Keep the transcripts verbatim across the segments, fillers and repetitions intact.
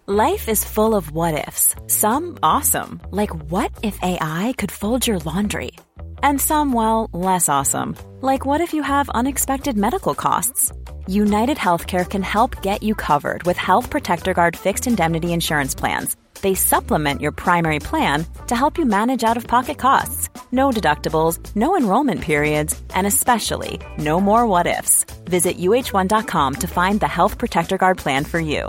Life is full of what-ifs. Some awesome, like what if A I could fold your laundry? And some, well, less awesome, like what if you have unexpected medical costs? United Healthcare can help get you covered with Health Protector Guard fixed indemnity insurance plans. They supplement your primary plan to help you manage out-of-pocket costs. No deductibles, no enrollment periods, and especially no more what-ifs. Visit U H one dot com to find the Health Protector Guard plan for you.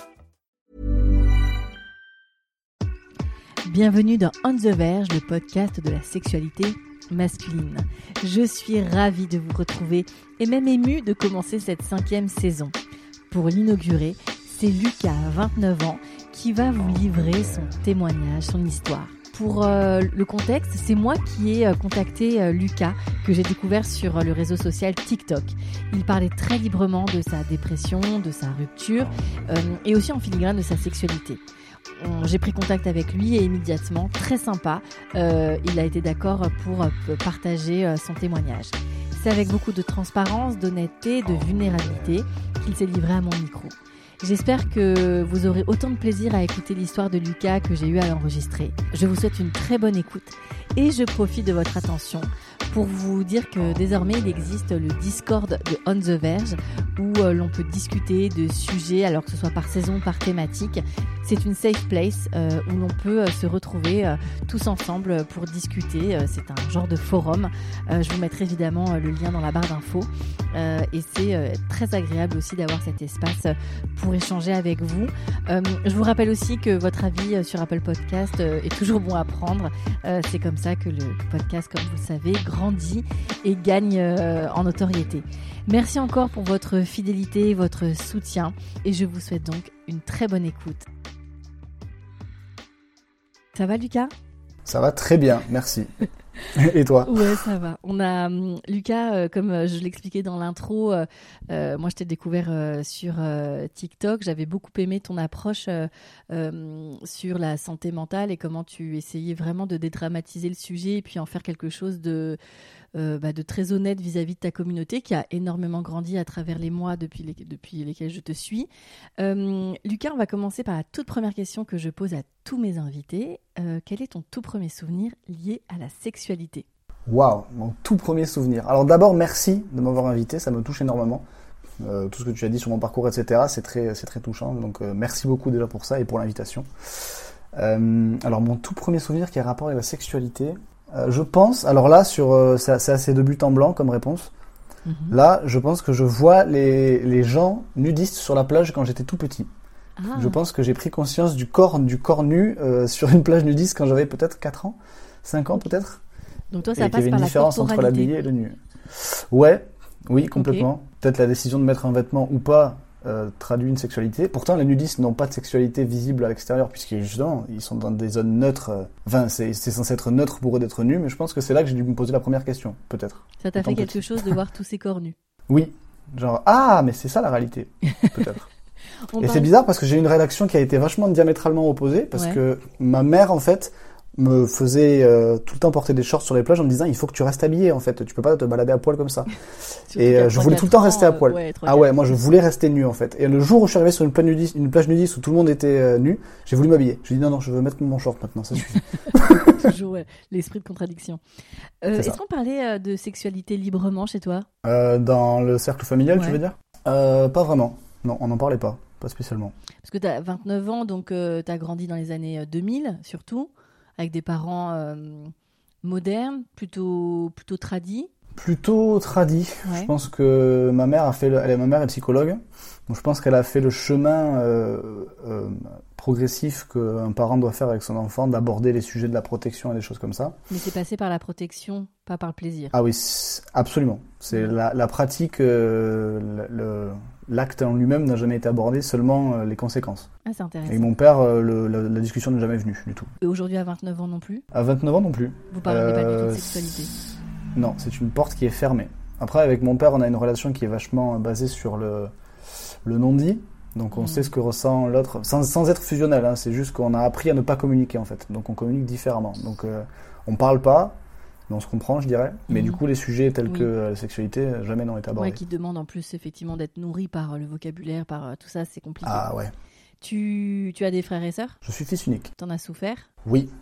Bienvenue dans On the Verge, le podcast de la sexualité masculine. Je suis ravie de vous retrouver et même émue de commencer cette cinquième saison. Pour l'inaugurer, c'est Lucas, vingt-neuf ans, qui va vous livrer son témoignage, son histoire. Pour euh, le contexte, c'est moi qui ai euh, contacté euh, Lucas, que j'ai découvert sur euh, le réseau social TikTok. Il parlait très librement de sa dépression, de sa rupture euh, et aussi en filigrane de sa sexualité. On, j'ai pris contact avec lui et immédiatement, très sympa, euh, il a été d'accord pour euh, partager euh, son témoignage. C'est avec beaucoup de transparence, d'honnêteté, de vulnérabilité qu'il s'est livré à mon micro. J'espère que vous aurez autant de plaisir à écouter l'histoire de Lucas que j'ai eu à l'enregistrer. Je vous souhaite une très bonne écoute et je profite de votre attention pour vous dire que désormais il existe le Discord de On the Verge où euh, l'on peut discuter de sujets, alors que ce soit par saison, par thématique. C'est une safe place euh, où l'on peut euh, se retrouver euh, tous ensemble pour discuter. Euh, c'est un genre de forum. Euh, je vous mettrai évidemment euh, le lien dans la barre d'infos. Euh, et c'est euh, très agréable aussi d'avoir cet espace pour échanger avec vous. Euh, je vous rappelle aussi que votre avis euh, sur Apple Podcast euh, est toujours bon à prendre. Euh, c'est comme ça que le podcast, comme vous le savez, grandit et gagne euh, en notoriété. Merci encore pour votre fidélité, votre soutien et je vous souhaite donc une très bonne écoute. Ça va, Lucas ? Ça va très bien, merci. Et toi ? Ouais, ça va. On a euh, Lucas, euh, comme euh, je l'expliquais dans l'intro, euh, euh, moi je t'ai découvert euh, sur euh, TikTok. J'avais beaucoup aimé ton approche euh, euh, sur la santé mentale et comment tu essayais vraiment de dédramatiser le sujet et puis en faire quelque chose de Euh, bah, de très honnête vis-à-vis de ta communauté qui a énormément grandi à travers les mois depuis, les, depuis lesquels je te suis. Euh, Lucas, on va commencer par la toute première question que je pose à tous mes invités. Euh, quel est ton tout premier souvenir lié à la sexualité ? Waouh, mon tout premier souvenir. Alors d'abord, merci de m'avoir invité, ça me touche énormément. Euh, tout ce que tu as dit sur mon parcours, et cetera, c'est très, c'est très touchant. Donc euh, merci beaucoup déjà pour ça et pour l'invitation. Euh, alors mon tout premier souvenir qui a rapport avec la sexualité... Euh, je pense, alors là, sur, euh, c'est, c'est assez de but en blanc comme réponse. Mm-hmm. Là, je pense que je vois les, les gens nudistes sur la plage quand j'étais tout petit. Ah. Je pense que j'ai pris conscience du corps, du corps nu euh, sur une plage nudiste quand j'avais peut-être quatre ans, cinq ans peut-être. Donc toi, ça et passe qu'il y avait par une la différence entre l'habillé et le nu. Ouais, oui, complètement. Okay. Peut-être la décision de mettre un vêtement ou pas Euh, traduit une sexualité. Pourtant, les nudistes n'ont pas de sexualité visible à l'extérieur, puisque justement, ils sont dans des zones neutres. Euh, enfin, c'est, c'est censé être neutre pour eux d'être nus, mais je pense que c'est là que j'ai dû me poser la première question, peut-être. Ça t'a fait quelque petit. chose de voir tous ces corps nus. Oui. Genre, ah, mais c'est ça la réalité, peut-être. Et parle... c'est bizarre parce que j'ai une rédaction qui a été vachement diamétralement opposée, parce ouais. que ma mère, en fait, me faisait euh, tout le temps porter des shorts sur les plages en me disant il faut que tu restes habillé en fait, tu peux pas te balader à poil comme ça. Et euh, je voulais tout le temps rester à poil. Ouais, ah ouais, moi je voulais rester nu en fait. Et le jour où je suis arrivé sur une plage nudiste, une plage nudiste où tout le monde était euh, nu, j'ai voulu m'habiller. J'ai dit non non, je veux mettre mon short maintenant, ça suffit. Toujours ouais, l'esprit de contradiction. Euh, est-ce qu'on parlait euh, de sexualité librement chez toi ? euh, Dans le cercle familial, ouais. tu veux dire ? euh, Pas vraiment. Non, on n'en parlait pas, pas spécialement. Parce que t'as vingt-neuf ans, donc euh, t'as grandi dans les années deux mille surtout. Avec des parents euh, modernes, plutôt plutôt tradis. Plutôt tradis. Ouais. Je pense que ma mère a fait, le, elle, ma mère est psychologue, donc je pense qu'elle a fait le chemin euh, euh, progressif qu'un parent doit faire avec son enfant, d'aborder les sujets de la protection et des choses comme ça. Mais c'est passé par la protection, pas par le plaisir. Ah oui, absolument. C'est mmh. la, la pratique, euh, le, l'acte en lui-même n'a jamais été abordé, seulement euh, les conséquences. Ah, c'est intéressant. Et mon père, euh, le, la, la discussion n'est jamais venue du tout. Et aujourd'hui à vingt-neuf ans non plus ? À vingt-neuf ans non plus. Vous parlez euh, pas du tout de sexualité ? Non, c'est une porte qui est fermée. Après, avec mon père, on a une relation qui est vachement basée sur le, le non-dit. Donc on mmh. sait ce que ressent l'autre, sans, sans être fusionnel, hein, c'est juste qu'on a appris à ne pas communiquer en fait. Donc on communique différemment. Donc euh, on parle pas, mais on se comprend, je dirais. Mais mmh. du coup, les sujets tels oui. que la sexualité, jamais n'ont été abordés. Ouais, qui demandent en plus effectivement d'être nourri par le vocabulaire, par tout ça, c'est compliqué. Ah ouais. Tu, tu as des frères et sœurs ? Je suis fils unique. T'en as souffert ? Oui.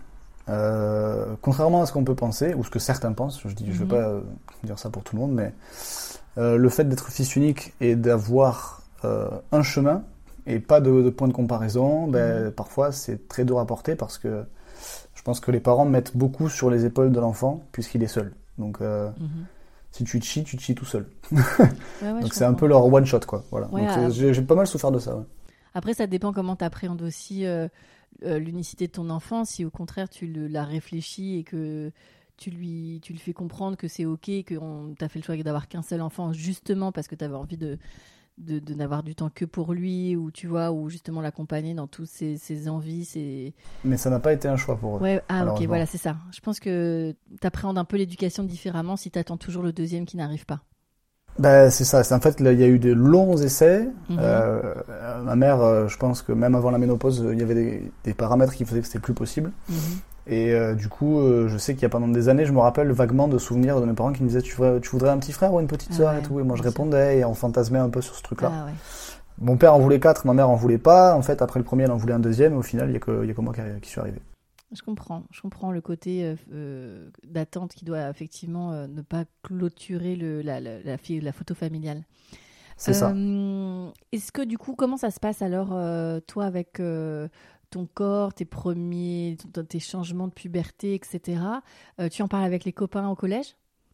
Euh, contrairement à ce qu'on peut penser, ou ce que certains pensent, je dis, mm-hmm. je vais pas euh, dire ça pour tout le monde, mais euh, le fait d'être fils unique et d'avoir euh, un chemin et pas de, de point de comparaison, ben, mm-hmm. parfois c'est très dur à porter parce que je pense que les parents mettent beaucoup sur les épaules de l'enfant puisqu'il est seul. Donc euh, mm-hmm. si tu te chies, tu te chies tout seul. ouais, ouais, donc c'est un peu leur one shot, quoi. Voilà. Ouais, donc, euh, j'ai, j'ai pas mal souffert de ça. Ouais. Après, ça dépend comment tu appréhendes aussi euh, euh, l'unicité de ton enfant. Si au contraire tu le, la réfléchis et que tu lui, tu lui fais comprendre que c'est ok, que tu as fait le choix d'avoir qu'un seul enfant justement parce que tu avais envie de, de, de n'avoir du temps que pour lui, ou tu vois, ou justement l'accompagner dans toutes ses, ses envies. Ses... Mais ça n'a pas été un choix pour eux. Ouais, ah ok, voilà, c'est ça. Je pense que tu appréhendes un peu l'éducation différemment si tu attends toujours le deuxième qui n'arrive pas. Ben, c'est ça. C'est, en fait, il y a eu de longs essais. Mm-hmm. Euh, ma mère, euh, je pense que même avant la ménopause, il y avait des, des paramètres qui faisaient que c'était plus possible. Mm-hmm. Et euh, du coup, euh, je sais qu'il y a pendant des années, je me rappelle vaguement de souvenirs de mes parents qui me disaient tu voudrais, tu voudrais un petit frère ou une petite sœur, ah ouais, et tout. Et moi, je répondais et on fantasmait un peu sur ce truc-là. Ah ouais. Mon père en voulait quatre, ma mère en voulait pas. En fait, après le premier, elle en voulait un deuxième. Et au final, il y a que, il y a que moi qui, qui suis arrivé. Je comprends, je comprends le côté euh, d'attente qui doit effectivement euh, ne pas clôturer le, la, la, la, la photo familiale. C'est euh, ça. Est-ce que du coup, comment ça se passe alors, euh, toi, avec euh, ton corps, tes premiers, tes changements de puberté, et cetera. Euh, tu en parles avec les copains au collège ?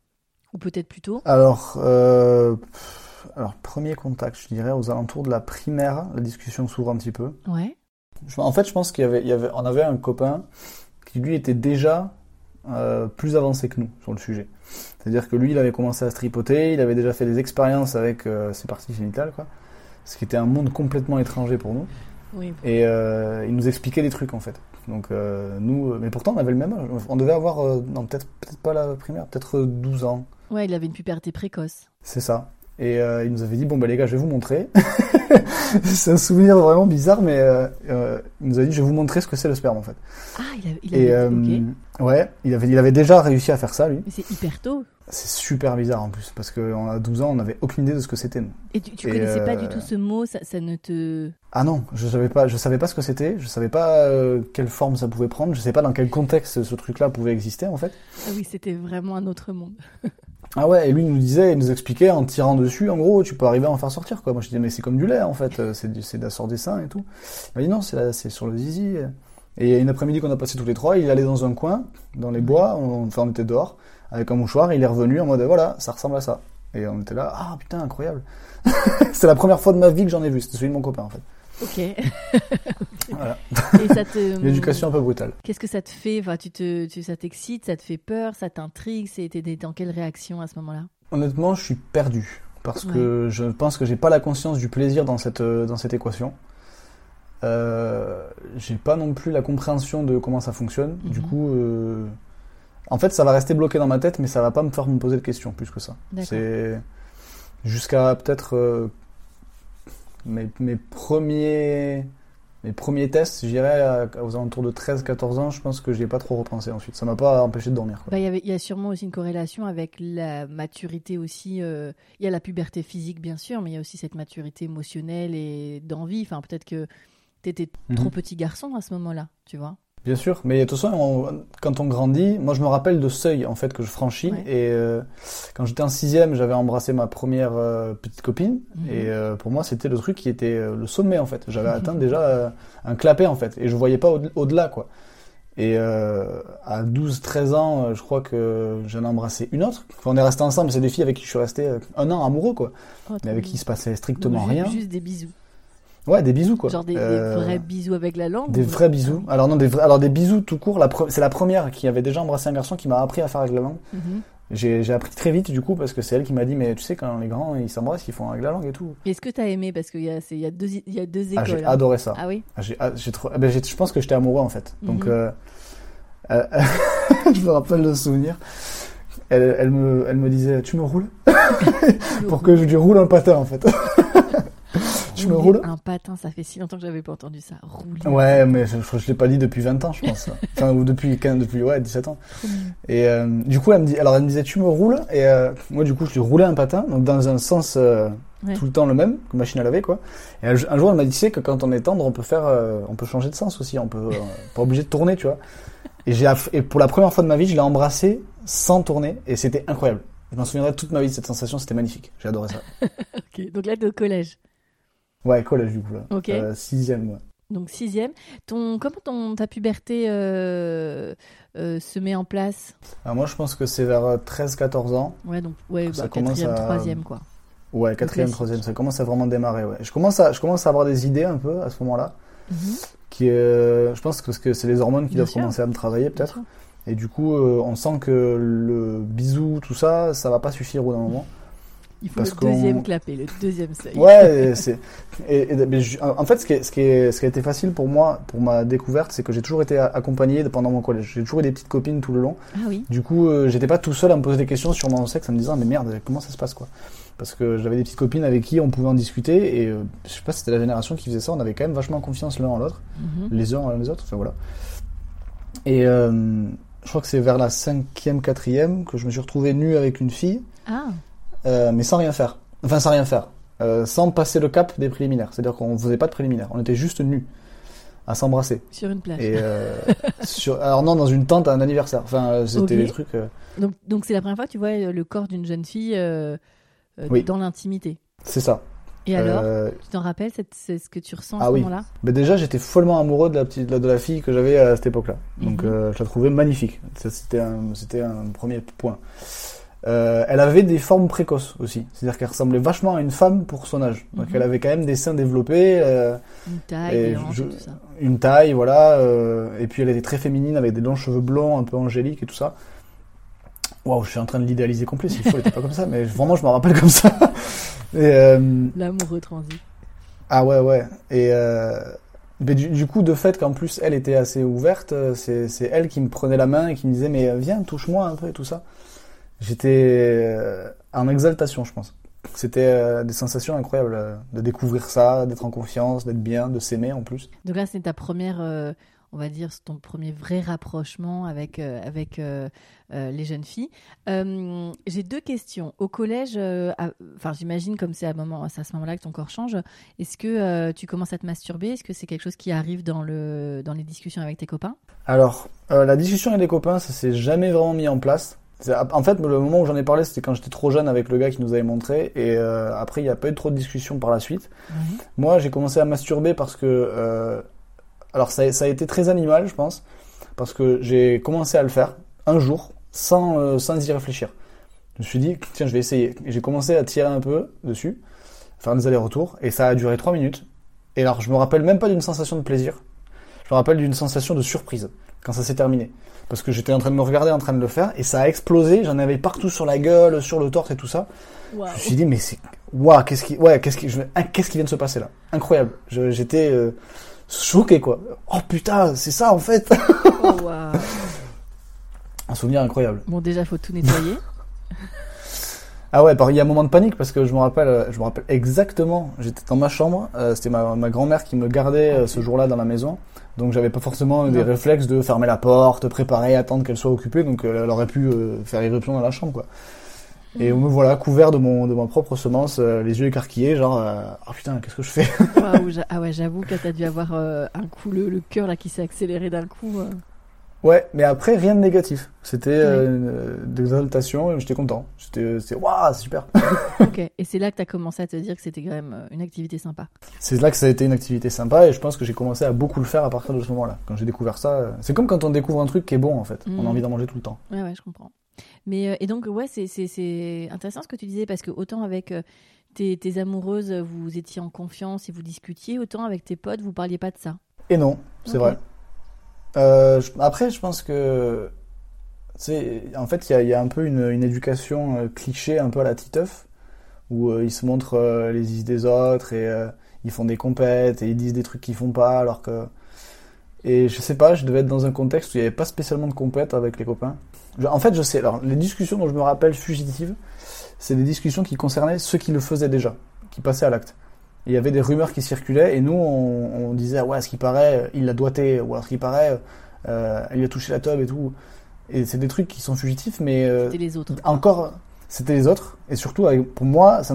Ou peut-être plus tôt ? Alors, euh, alors, premier contact, je dirais, aux alentours de la primaire, la discussion s'ouvre un petit peu. Ouais. En fait, je pense qu'il y avait, il y avait, on avait un copain qui, lui, était déjà euh, plus avancé que nous sur le sujet. C'est-à-dire que lui, il avait commencé à se tripoter, il avait déjà fait des expériences avec euh, ses parties génitales, quoi. Ce qui était un monde complètement étranger pour nous. Oui. Et euh, il nous expliquait des trucs, en fait. Donc, euh, nous... Mais pourtant, on avait le même âge. On devait avoir... Euh, non, peut-être, peut-être pas la primaire, peut-être douze ans. Ouais, il avait une puberté précoce. C'est ça. Et euh, il nous avait dit, bon, bah les gars, je vais vous montrer. C'est un souvenir vraiment bizarre, mais euh, euh, il nous a dit, je vais vous montrer ce que c'est le sperme, en fait. Ah, il, a, il avait... Et, euh, okay. Ouais, il avait, il avait déjà réussi à faire ça, lui. Mais c'est hyper tôt. C'est super bizarre, en plus, parce qu'à douze ans, on n'avait aucune idée de ce que c'était, nous. Et tu, tu Et connaissais euh... pas du tout ce mot, ça, ça ne te... Ah non, je savais pas, je savais pas ce que c'était, je savais pas euh, quelle forme ça pouvait prendre, je savais pas dans quel contexte ce truc-là pouvait exister, en fait. Ah oui, c'était vraiment un autre monde. Ah ouais, et lui il nous disait, il nous expliquait en tirant dessus, en gros, tu peux arriver à en faire sortir, quoi. Moi je disais, mais c'est comme du lait, en fait, c'est, c'est de la sorte des seins et tout. Il m'a dit, non, c'est, la, c'est sur le zizi. Et une après-midi qu'on a passé tous les trois, il allait dans un coin, dans les bois, on, enfin on était dehors, avec un mouchoir, et il est revenu en mode, voilà, ça ressemble à ça. Et on était là, ah putain, incroyable. C'est la première fois de ma vie que j'en ai vu, c'était celui de mon copain, en fait. Ok. Voilà. Et ça te... L'éducation un peu brutale. Qu'est-ce que ça te fait ? Enfin, tu te, tu, ça t'excite, ça te fait peur, ça t'intrigue ? C'était dans quelle réaction à ce moment-là ? Honnêtement, je suis perdu parce ouais. que je pense que j'ai pas la conscience du plaisir dans cette dans cette équation. Euh, j'ai pas non plus la compréhension de comment ça fonctionne. Mm-hmm. Du coup, euh, en fait, ça va rester bloqué dans ma tête, mais ça va pas me faire me poser de questions plus que ça. D'accord. C'est jusqu'à peut-être euh, mes mes premiers Mes premiers tests, je dirais, aux alentours de treize à quatorze ans, je pense que je n'y ai pas trop repensé ensuite. Ça ne m'a pas empêché de dormir. Bah, y avait, y a sûrement aussi une corrélation avec la maturité aussi. Il euh, y a la puberté physique, bien sûr, mais il y a aussi cette maturité émotionnelle et d'envie. Enfin, peut-être que tu étais mm-hmm. trop petit garçon à ce moment-là, tu vois. Bien sûr, mais de toute façon, on, quand on grandit, moi je me rappelle de seuils en fait que je franchis. Ouais. Et euh, quand j'étais en sixième, j'avais embrassé ma première euh, petite copine. Mmh. Et euh, pour moi, c'était le truc qui était euh, le sommet en fait. J'avais atteint déjà euh, un clapet en fait, et je voyais pas au- au-delà quoi. Et euh, à douze treize ans, je crois que j'en ai embrassé une autre. Enfin, on est restés ensemble, c'est des filles avec qui je suis resté un an amoureux quoi, oh, mais avec qui il se passait strictement donc, rien. Juste des bisous. Ouais, des bisous quoi. Genre des, euh, des vrais bisous avec la langue. Des ou... vrais bisous. Alors non, des vrais... alors des bisous tout court. La pre... C'est la première qui avait déjà embrassé un garçon qui m'a appris à faire avec la langue. Mm-hmm. J'ai, j'ai appris très vite du coup parce que c'est elle qui m'a dit mais tu sais quand les grands ils s'embrassent ils font avec la langue et tout. Est-ce que t'as aimé parce qu'il y a c'est il y a deux il y a deux écoles. Ah, j'ai hein. adoré ça. Ah oui. Ah, j'ai, ah, j'ai trop... ben, j'ai... je pense que j'étais amoureux en fait. Mm-hmm. Donc euh... Euh... je me rappelle le souvenir. Elle, elle me elle me disait tu me roules pour que je lui roule un patin en fait. Tu me roules un patin, ça fait si longtemps que j'avais pas entendu ça. Rouler. Ouais, mais je, je, je l'ai pas dit depuis vingt ans, je pense. Enfin, ou depuis quinze, depuis ouais, dix-sept ans. Et euh, du coup, elle me dit, alors elle me disait, tu me roules, et euh, moi, du coup, je lui roulais un patin, donc dans un sens euh, Ouais. tout le temps le même, comme machine à laver, quoi. Et un, un jour, elle m'a dit, tu sais que quand on est tendre, on peut faire, euh, on peut changer de sens aussi, on peut, euh, pas obligé de tourner, tu vois. Et j'ai, aff- et pour la première fois de ma vie, je l'ai embrassé sans tourner, et c'était incroyable. Je m'en souviendrai toute ma vie de cette sensation, c'était magnifique. J'ai adoré ça. Ok, donc là, t'es au collège. Ouais, collège, du coup, là. Ok. Euh, sixième, ouais. Donc sixième. Ton, comment ton, ta puberté euh, euh, se met en place? Alors moi, je pense que c'est vers treize quatorze ans. Ouais, donc ouais, Ça bah, commence quatrième, à- troisième, quoi. Ouais, quatrième, classique. troisième, ça commence à vraiment démarrer, ouais. Je commence à, je commence à avoir des idées un peu à ce moment-là, Mhm. qui, euh, je pense que parce que c'est les hormones qui Bien doivent sûr. commencer à me travailler Bien peut-être. sûr. Et du coup, euh, on sent que le bisou, tout ça, ça va pas suffire au bout d'un moment. Il faut Parce le qu'on- deuxième clapet, le deuxième seuil. Ouais, et c'est. Et, et- mais je- en fait, ce qui, est, ce, qui est, ce qui a été facile pour moi, pour ma découverte, c'est que j'ai toujours été accompagné pendant mon collège. J'ai toujours eu des petites copines tout le long. Ah oui. Du coup, euh, j'étais pas tout seul à me poser des questions sur mon sexe en me disant, mais merde, comment ça se passe, quoi. Parce que j'avais des petites copines avec qui on pouvait en discuter, et euh, je sais pas si c'était la génération qui faisait ça, on avait quand même vachement confiance l'un en l'autre, Mhm. les uns en les autres, enfin voilà. Et euh, je crois que c'est vers la cinquième, quatrième que je me suis retrouvé nu avec une fille, Ah, euh, mais sans rien faire. Enfin, sans rien faire. Euh, sans passer le cap des préliminaires. C'est-à-dire qu'on faisait pas de préliminaires. On était juste nus, à s'embrasser. sur une plage. Et euh, sur, alors non, dans une tente à un anniversaire. Enfin, euh, c'était Ok. des trucs. euh, Donc, donc c'est la première fois que tu vois euh, le corps d'une jeune fille euh, euh, Oui. dans l'intimité. c'est ça. Et alors, Euh, tu t'en rappelles, c'est, c'est ce que tu ressens à Ah ce oui. moment-là? Mais déjà, j'étais follement amoureux de la petite, de la fille que j'avais à cette époque-là. Donc, Mhm. euh, je la trouvais magnifique. Ça, c'était un, c'était un premier point. Euh, elle avait des formes précoces aussi. C'est-à-dire qu'elle ressemblait vachement à une femme pour son âge. Donc, Mhm. elle avait quand même des seins développés, euh, Une taille, Et des hanches je- et tout ça. une taille, voilà. Euh, et puis, elle était très féminine avec des longs cheveux blonds, un peu angéliques et tout ça. Waouh, je suis en train de l'idéaliser complet. S'il faut, elle était pas comme ça. Mais vraiment, je me rappelle comme ça. Et, euh, L'amoureux transi. Ah ouais, ouais. Et euh, mais du, du coup, de fait qu'en plus, elle était assez ouverte, euh, c'est, c'est elle qui me prenait la main et qui me disait, mais euh, viens, touche-moi un peu et tout ça. J'étais euh, en exaltation, je pense. C'était euh, des sensations incroyables euh, de découvrir ça, d'être en confiance, d'être bien, de s'aimer en plus. Donc là, c'est ta première, euh, on va dire, c'est ton premier vrai rapprochement avec, euh, avec euh, euh, les jeunes filles. Euh, j'ai deux questions. Au collège, euh, à- enfin, j'imagine comme c'est à, moment, c'est à ce moment-là que ton corps change, est-ce que euh, tu commences à te masturber? Est-ce que c'est quelque chose qui arrive dans, le, dans les discussions avec tes copains? Alors, euh, la discussion avec les copains, ça s'est jamais vraiment mis en place. C'est- En fait, le moment où j'en ai parlé, c'était quand j'étais trop jeune avec le gars qui nous avait montré, et euh, après, il n'y a pas eu trop de discussion par la suite. Mhm. Moi, j'ai commencé à masturber parce que... Euh, alors, ça, a- ça a été très animal, je pense, parce que j'ai commencé à le faire un jour, sans, euh, sans y réfléchir. Je me suis dit, tiens, je vais essayer. Et j'ai commencé à tirer un peu dessus, faire des allers-retours, et ça a duré trois minutes. Et alors, je me rappelle même pas d'une sensation de plaisir. Je me rappelle d'une sensation de surprise, quand ça s'est terminé. Parce que j'étais en train de me regarder, en train de le faire, et ça a explosé, j'en avais partout sur la gueule, sur le torse et tout ça. Waouh. Je me suis dit, mais c'est, waouh, qu'est-ce qui, ouais, qu'est-ce qui, je... hein, qu'est-ce qui vient de se passer là? Incroyable. Je- j'étais euh, choqué, quoi. Oh putain, c'est ça en fait. Oh, waouh. Un souvenir incroyable. Bon, déjà, faut tout nettoyer. Ah ouais, par- il y a un moment de panique parce que je me rappelle, euh, je me rappelle exactement. J'étais dans ma chambre, euh, c'était ma, ma grand-mère qui me gardait euh, ce jour-là dans la maison, donc j'avais pas forcément des Non. réflexes de fermer la porte, préparer, attendre qu'elle soit occupée, donc euh, elle aurait pu euh, faire irruption dans la chambre, quoi. Et me voilà couvert de mon de ma propre semence, euh, les yeux écarquillés, genre euh, oh putain, qu'est-ce que je fais? Waouh, j'a- ah ouais, j'avoue que t'as dû avoir euh, un coup, le, le cœur là qui s'est accéléré d'un coup. euh. Ouais, mais après rien de négatif. C'était euh, une- d'exaltation et j'étais content. J'étais, c'est waouh, c'est super. Ok, et c'est là que t'as commencé à te dire que c'était quand même euh, une activité sympa. C'est là que ça a été une activité sympa et je pense que j'ai commencé à beaucoup le faire à partir de ce moment-là. Quand j'ai découvert ça, euh, c'est comme quand on découvre un truc qui est bon en fait. Mhm. On a envie d'en manger tout le temps. Ouais, ouais, je comprends. Mais euh, et donc ouais, c'est c'est c'est intéressant ce que tu disais parce que autant avec euh, tes tes amoureuses, vous étiez en confiance et vous discutiez, autant avec tes potes, vous parliez pas de ça. Et non, c'est Ok. vrai. Euh, je- après, je pense que c'est en fait il y a, il y a un peu une, une éducation euh, cliché un peu à la Titeuf où euh, ils se montrent euh, les idées des autres et euh, ils font des compètes et ils disent des trucs qu'ils font pas alors que et je sais pas, je devais être dans un contexte où il y avait pas spécialement de compète avec les copains. Je- en fait, je sais. Alors les discussions dont je me rappelle fugitives, c'est des discussions qui concernaient ceux qui le faisaient déjà, qui passaient à l'acte. Et il y avait des rumeurs qui circulaient et nous on, on disait ah ouais, à ce qui paraît il l'a doigté ou alors ce qui paraît euh, elle lui a touché la teub et tout. Et c'est des trucs qui sont fugitifs mais euh, C'était les autres. encore c'était les autres et surtout avec- pour moi ça n'avait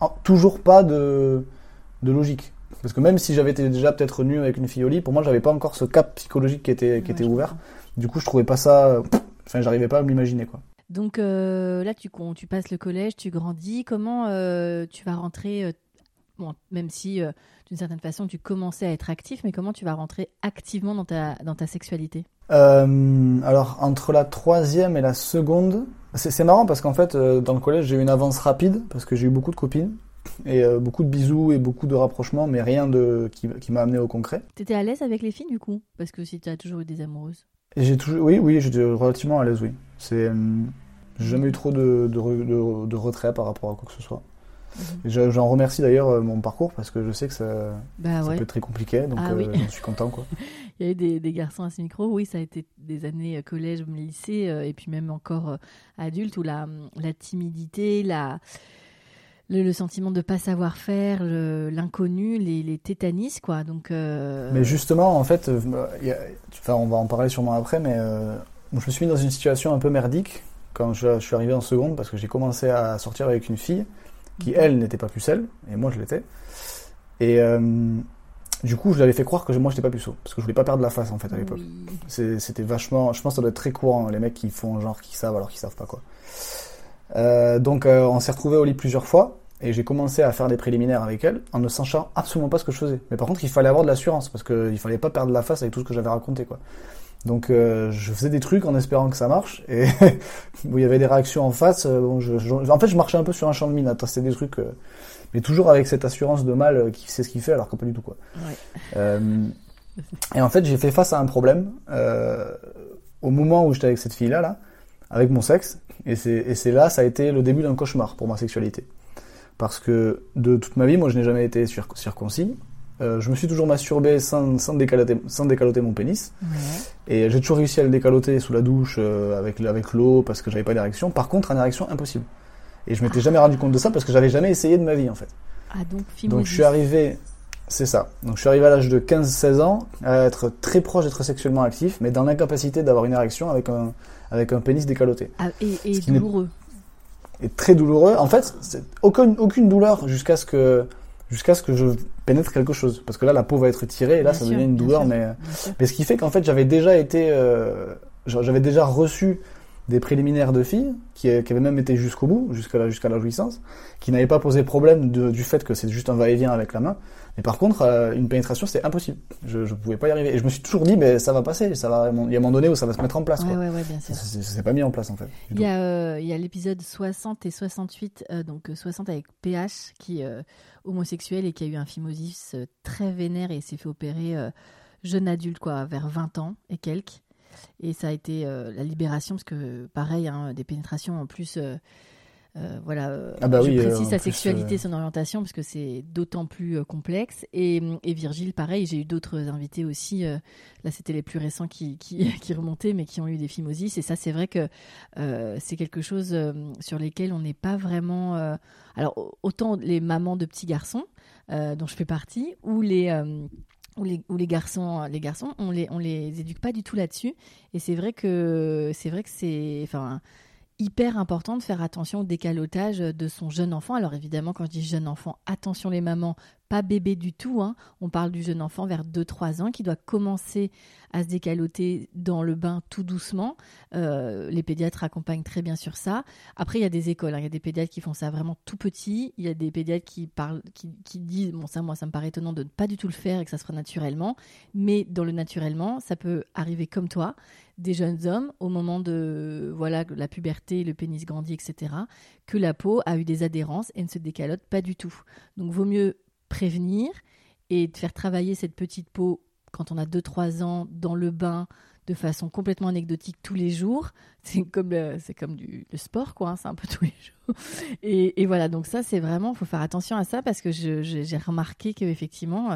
en, toujours pas de, de logique. Parce que même si j'avais été déjà peut-être nu avec une fille au lit, pour moi, j'avais pas encore ce cap psychologique qui était, qui ouais, était ouvert. Du coup, je trouvais pas ça... Enfin, j'arrivais pas à m'imaginer, quoi. Donc euh, là, tu, tu passes le collège, tu grandis. Comment euh, tu vas rentrer... Euh, bon, même si, euh, d'une certaine façon, tu commençais à être actif, mais comment tu vas rentrer activement dans ta, dans ta sexualité ? euh, Alors, entre la troisième et la seconde... C'est, c'est marrant parce qu'en fait, euh, dans le collège, j'ai eu une avance rapide parce que j'ai eu beaucoup de copines. Et euh, beaucoup de bisous et beaucoup de rapprochements, mais rien de qui, qui m'a amené au concret. T'étais à l'aise avec les filles, du coup ? Parce que si t'as toujours eu des amoureuses. Et j'ai toujours, oui, oui, j'étais relativement à l'aise, oui. C'est, euh, j'ai jamais eu trop de, de, de, de retrait par rapport à quoi que ce soit. Mmh. Et j'en remercie d'ailleurs euh, mon parcours parce que je sais que ça, bah, ça ouais. peut être très compliqué, donc ah, euh, oui. j'en suis content, quoi. Il y a eu des, des garçons à ce micro, oui, ça a été des années collège, lycée, euh, et puis même encore euh, adulte, où la, la timidité, la... Le, le sentiment de ne pas savoir faire, le, l'inconnu, les, les tétanisent, quoi. Donc, euh... Mais justement, en fait, euh, y a, enfin, on va en parler sûrement après, mais euh, je me suis mis dans une situation un peu merdique quand je, je suis arrivé en seconde, parce que j'ai commencé à sortir avec une fille qui, elle, n'était pas pucelle, et moi, je l'étais. Et euh, du coup, je lui avais fait croire que moi, je n'étais pas puceau, parce que je voulais pas perdre la face, en fait, à l'époque. Oui. C'est, c'était vachement... Je pense que ça doit être très courant, les mecs qui font genre qu'ils savent alors qu'ils savent pas, quoi. Euh, donc euh, on s'est retrouvés au lit plusieurs fois et j'ai commencé à faire des préliminaires avec elle en ne sachant absolument pas ce que je faisais. Mais par contre il fallait avoir de l'assurance parce qu'il fallait pas perdre la face avec tout ce que j'avais raconté, quoi. Donc euh, je faisais des trucs en espérant que ça marche et bon, il y avait des réactions en face. Euh, bon, je, je, en fait je marchais un peu sur un champ de mine à tester des trucs, euh, mais toujours avec cette assurance de mal euh, qui sait ce qu'il fait alors que pas du tout, quoi. Ouais. Euh, et en fait j'ai fait face à un problème euh, au moment où j'étais avec cette fille là là. Avec mon sexe, et c'est, et c'est là, ça a été le début d'un cauchemar pour ma sexualité. Parce que de toute ma vie, moi je n'ai jamais été cir- circoncis, euh, je me suis toujours masturbé sans, sans, décaloter, sans décaloter mon pénis, ouais. Et j'ai toujours réussi à le décaloter sous la douche, euh, avec, avec l'eau, parce que j'avais pas d'érection. Par contre, une érection, impossible. Et je m'étais ah. jamais rendu compte de ça, parce que j'avais jamais essayé de ma vie, en fait. Ah, donc, donc je suis arrivé... C'est ça. Donc je suis arrivé à l'âge de quinze seize ans à être très proche d'être sexuellement actif, mais dans l'incapacité d'avoir une érection avec un, avec un pénis décaloté. Ah, et et douloureux. Et très douloureux. En fait, c'est aucune, aucune douleur jusqu'à ce que jusqu'à ce que je pénètre quelque chose. Parce que là, la peau va être tirée et là, bien ça sûr, devient une douleur. Mais, mais ce qui fait qu'en fait, j'avais déjà été... Euh, j'avais déjà reçu des préliminaires de filles qui, qui avaient même été jusqu'au bout, jusqu'à la, jusqu'à la jouissance, qui n'avaient pas posé problème de, du fait que c'est juste un va-et-vient avec la main. Mais par contre, euh, une pénétration, c'était impossible. Je, je pouvais pas y arriver. Et je me suis toujours dit, mais ça va passer. Ça va. Il y a un moment donné où ça va se mettre en place. Ouais, quoi. ouais, ouais, bien sûr. Ça, ça s'est pas mis en place en fait. Il y a, euh, il y a l'épisode soixante et soixante-huit, euh, donc soixante avec P H, qui est euh, homosexuel et qui a eu un phimosis euh, très vénère et s'est fait opérer euh, jeune adulte, quoi, vers vingt ans et quelques. Et ça a été euh, la libération, parce que pareil, hein, des pénétrations en plus. Euh, Euh, voilà, euh, ah bah je oui, précise euh, sa plus, sexualité, euh... son orientation, parce que c'est d'autant plus euh, complexe. Et, et Virgile, pareil, j'ai eu d'autres invités aussi. Euh, là, c'était les plus récents qui, qui, qui remontaient, mais qui ont eu des phimosis. Et ça, c'est vrai que euh, c'est quelque chose euh, sur lesquels on n'est pas vraiment. Euh... Alors, autant les mamans de petits garçons, euh, dont je fais partie, ou les. Euh, Ou les, ou les garçons, les garçons, on les, on les éduque pas du tout là-dessus. Et c'est vrai que c'est vrai que c'est, enfin, hyper important de faire attention au décalotage de son jeune enfant. Alors évidemment, quand je dis jeune enfant, attention les mamans, pas bébé du tout, hein. On parle du jeune enfant vers deux trois ans qui doit commencer à se décaloter dans le bain tout doucement. Euh, les pédiatres accompagnent très bien sur ça. Après, il y a des écoles, hein. Il y a des pédiatres qui font ça vraiment tout petit. Il y a des pédiatres qui parlent, qui, qui disent, bon ça, moi, ça me paraît étonnant de ne pas du tout le faire et que ça se fera naturellement. Mais dans le naturellement, ça peut arriver comme toi, des jeunes hommes au moment de voilà la puberté, le pénis grandit, et cetera, que la peau a eu des adhérences et ne se décalote pas du tout. Donc, vaut mieux prévenir et de faire travailler cette petite peau quand on a deux trois ans dans le bain de façon complètement anecdotique tous les jours. C'est comme le, c'est comme du le sport, quoi, hein, c'est un peu tous les jours. Et, et voilà, donc ça, c'est vraiment, il faut faire attention à ça parce que je, je, j'ai remarqué qu'effectivement,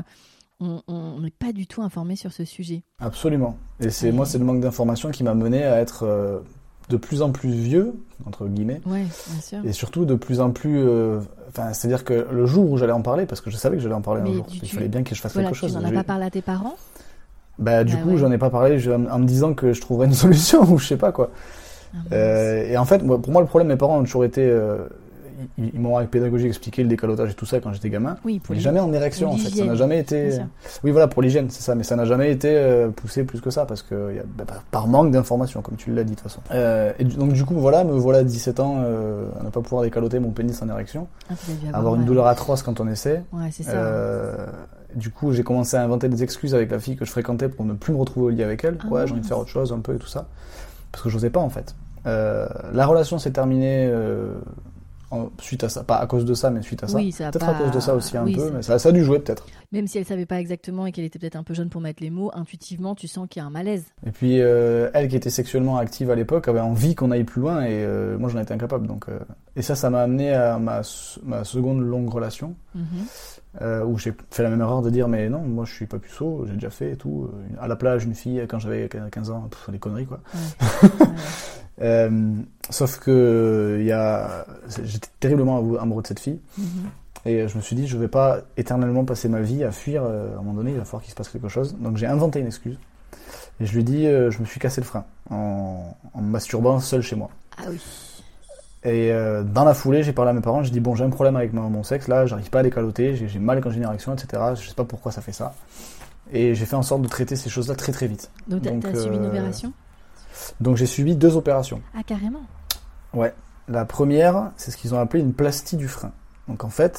on n'est pas du tout informé sur ce sujet. Absolument. Et c'est, ouais. moi, c'est le manque d'information qui m'a mené à être... Euh... de plus en plus vieux, entre guillemets, ouais, bien sûr. Et surtout de plus en plus... Euh, enfin, c'est-à-dire que le jour où j'allais en parler, parce que je savais que j'allais en parler mais un jour, tu, il fallait bien que je fasse voilà, quelque chose. Tu n'en as pas parlé à tes parents ? Bah du bah, coup, ouais. j'en ai pas parlé je, en me disant que je trouverais une solution, ou je sais pas quoi. Ah, euh, et en fait, moi, pour moi, le problème, mes parents ont toujours été... Euh, ils, ils m'ont avec pédagogie expliqué le décalotage et tout ça quand j'étais gamin. Oui, pour mais les- jamais en érection, en fait. Ça n'a jamais été. bien sûr. Oui, voilà, pour l'hygiène, c'est ça. Mais ça n'a jamais été euh, poussé plus que ça parce que y a, bah, par manque d'informations, comme tu l'as dit de toute façon. Euh, et du- donc du coup, voilà, me voilà à dix-sept ans euh, à ne pas pouvoir décaloter mon pénis en érection, Ah, tu l'as dû avoir une ouais. douleur atroce quand on essaie. Ouais, c'est ça. Euh, du coup, j'ai commencé à inventer des excuses avec la fille que je fréquentais pour ne plus me retrouver au lit avec elle. Ah, ouais, j'ai envie de faire autre chose un peu et tout ça. Parce que j'osais pas, en fait. Euh, la relation s'est terminée euh, en, suite à ça. Pas à cause de ça, mais suite à ça. Oui, ça a peut-être pas- à cause de ça aussi un oui, peu, ça- mais ça, ça a dû jouer peut-être. Même si elle savait pas exactement et qu'elle était peut-être un peu jeune pour mettre les mots, intuitivement, tu sens qu'il y a un malaise. Et puis, euh, elle qui était sexuellement active à l'époque avait envie qu'on aille plus loin et euh, moi j'en étais incapable. Donc, euh, et ça, ça m'a amené à ma, ma seconde longue relation. Mhm. Euh, où j'ai fait la même erreur de dire mais non, moi je suis pas puceau, j'ai déjà fait et tout. Euh, À la plage, une fille quand j'avais quinze ans, pff, des conneries quoi. Ouais. Ouais. Euh, sauf que il y a, j'étais terriblement amoureux de cette fille Mhm. et je me suis dit je vais pas éternellement passer ma vie à fuir. Euh, à un moment donné, il va falloir qu'il se passe quelque chose. Donc j'ai inventé une excuse et je lui dis euh, je me suis cassé le frein en, en me masturbant seul chez moi. Ah oui. Et euh, dans la foulée, j'ai parlé à mes parents, j'ai dit bon, j'ai un problème avec mon, mon sexe, là, j'arrive pas à décaloter, j'ai, j'ai mal quand j'ai une érection, et cetera. Je sais pas pourquoi ça fait ça. Et j'ai fait en sorte de traiter ces choses-là très très vite. Donc t'as, Donc, t'as subi une euh, opération? Donc j'ai subi deux opérations. Ah, carrément. Ouais. La première, c'est ce qu'ils ont appelé une plastie du frein. Donc en fait,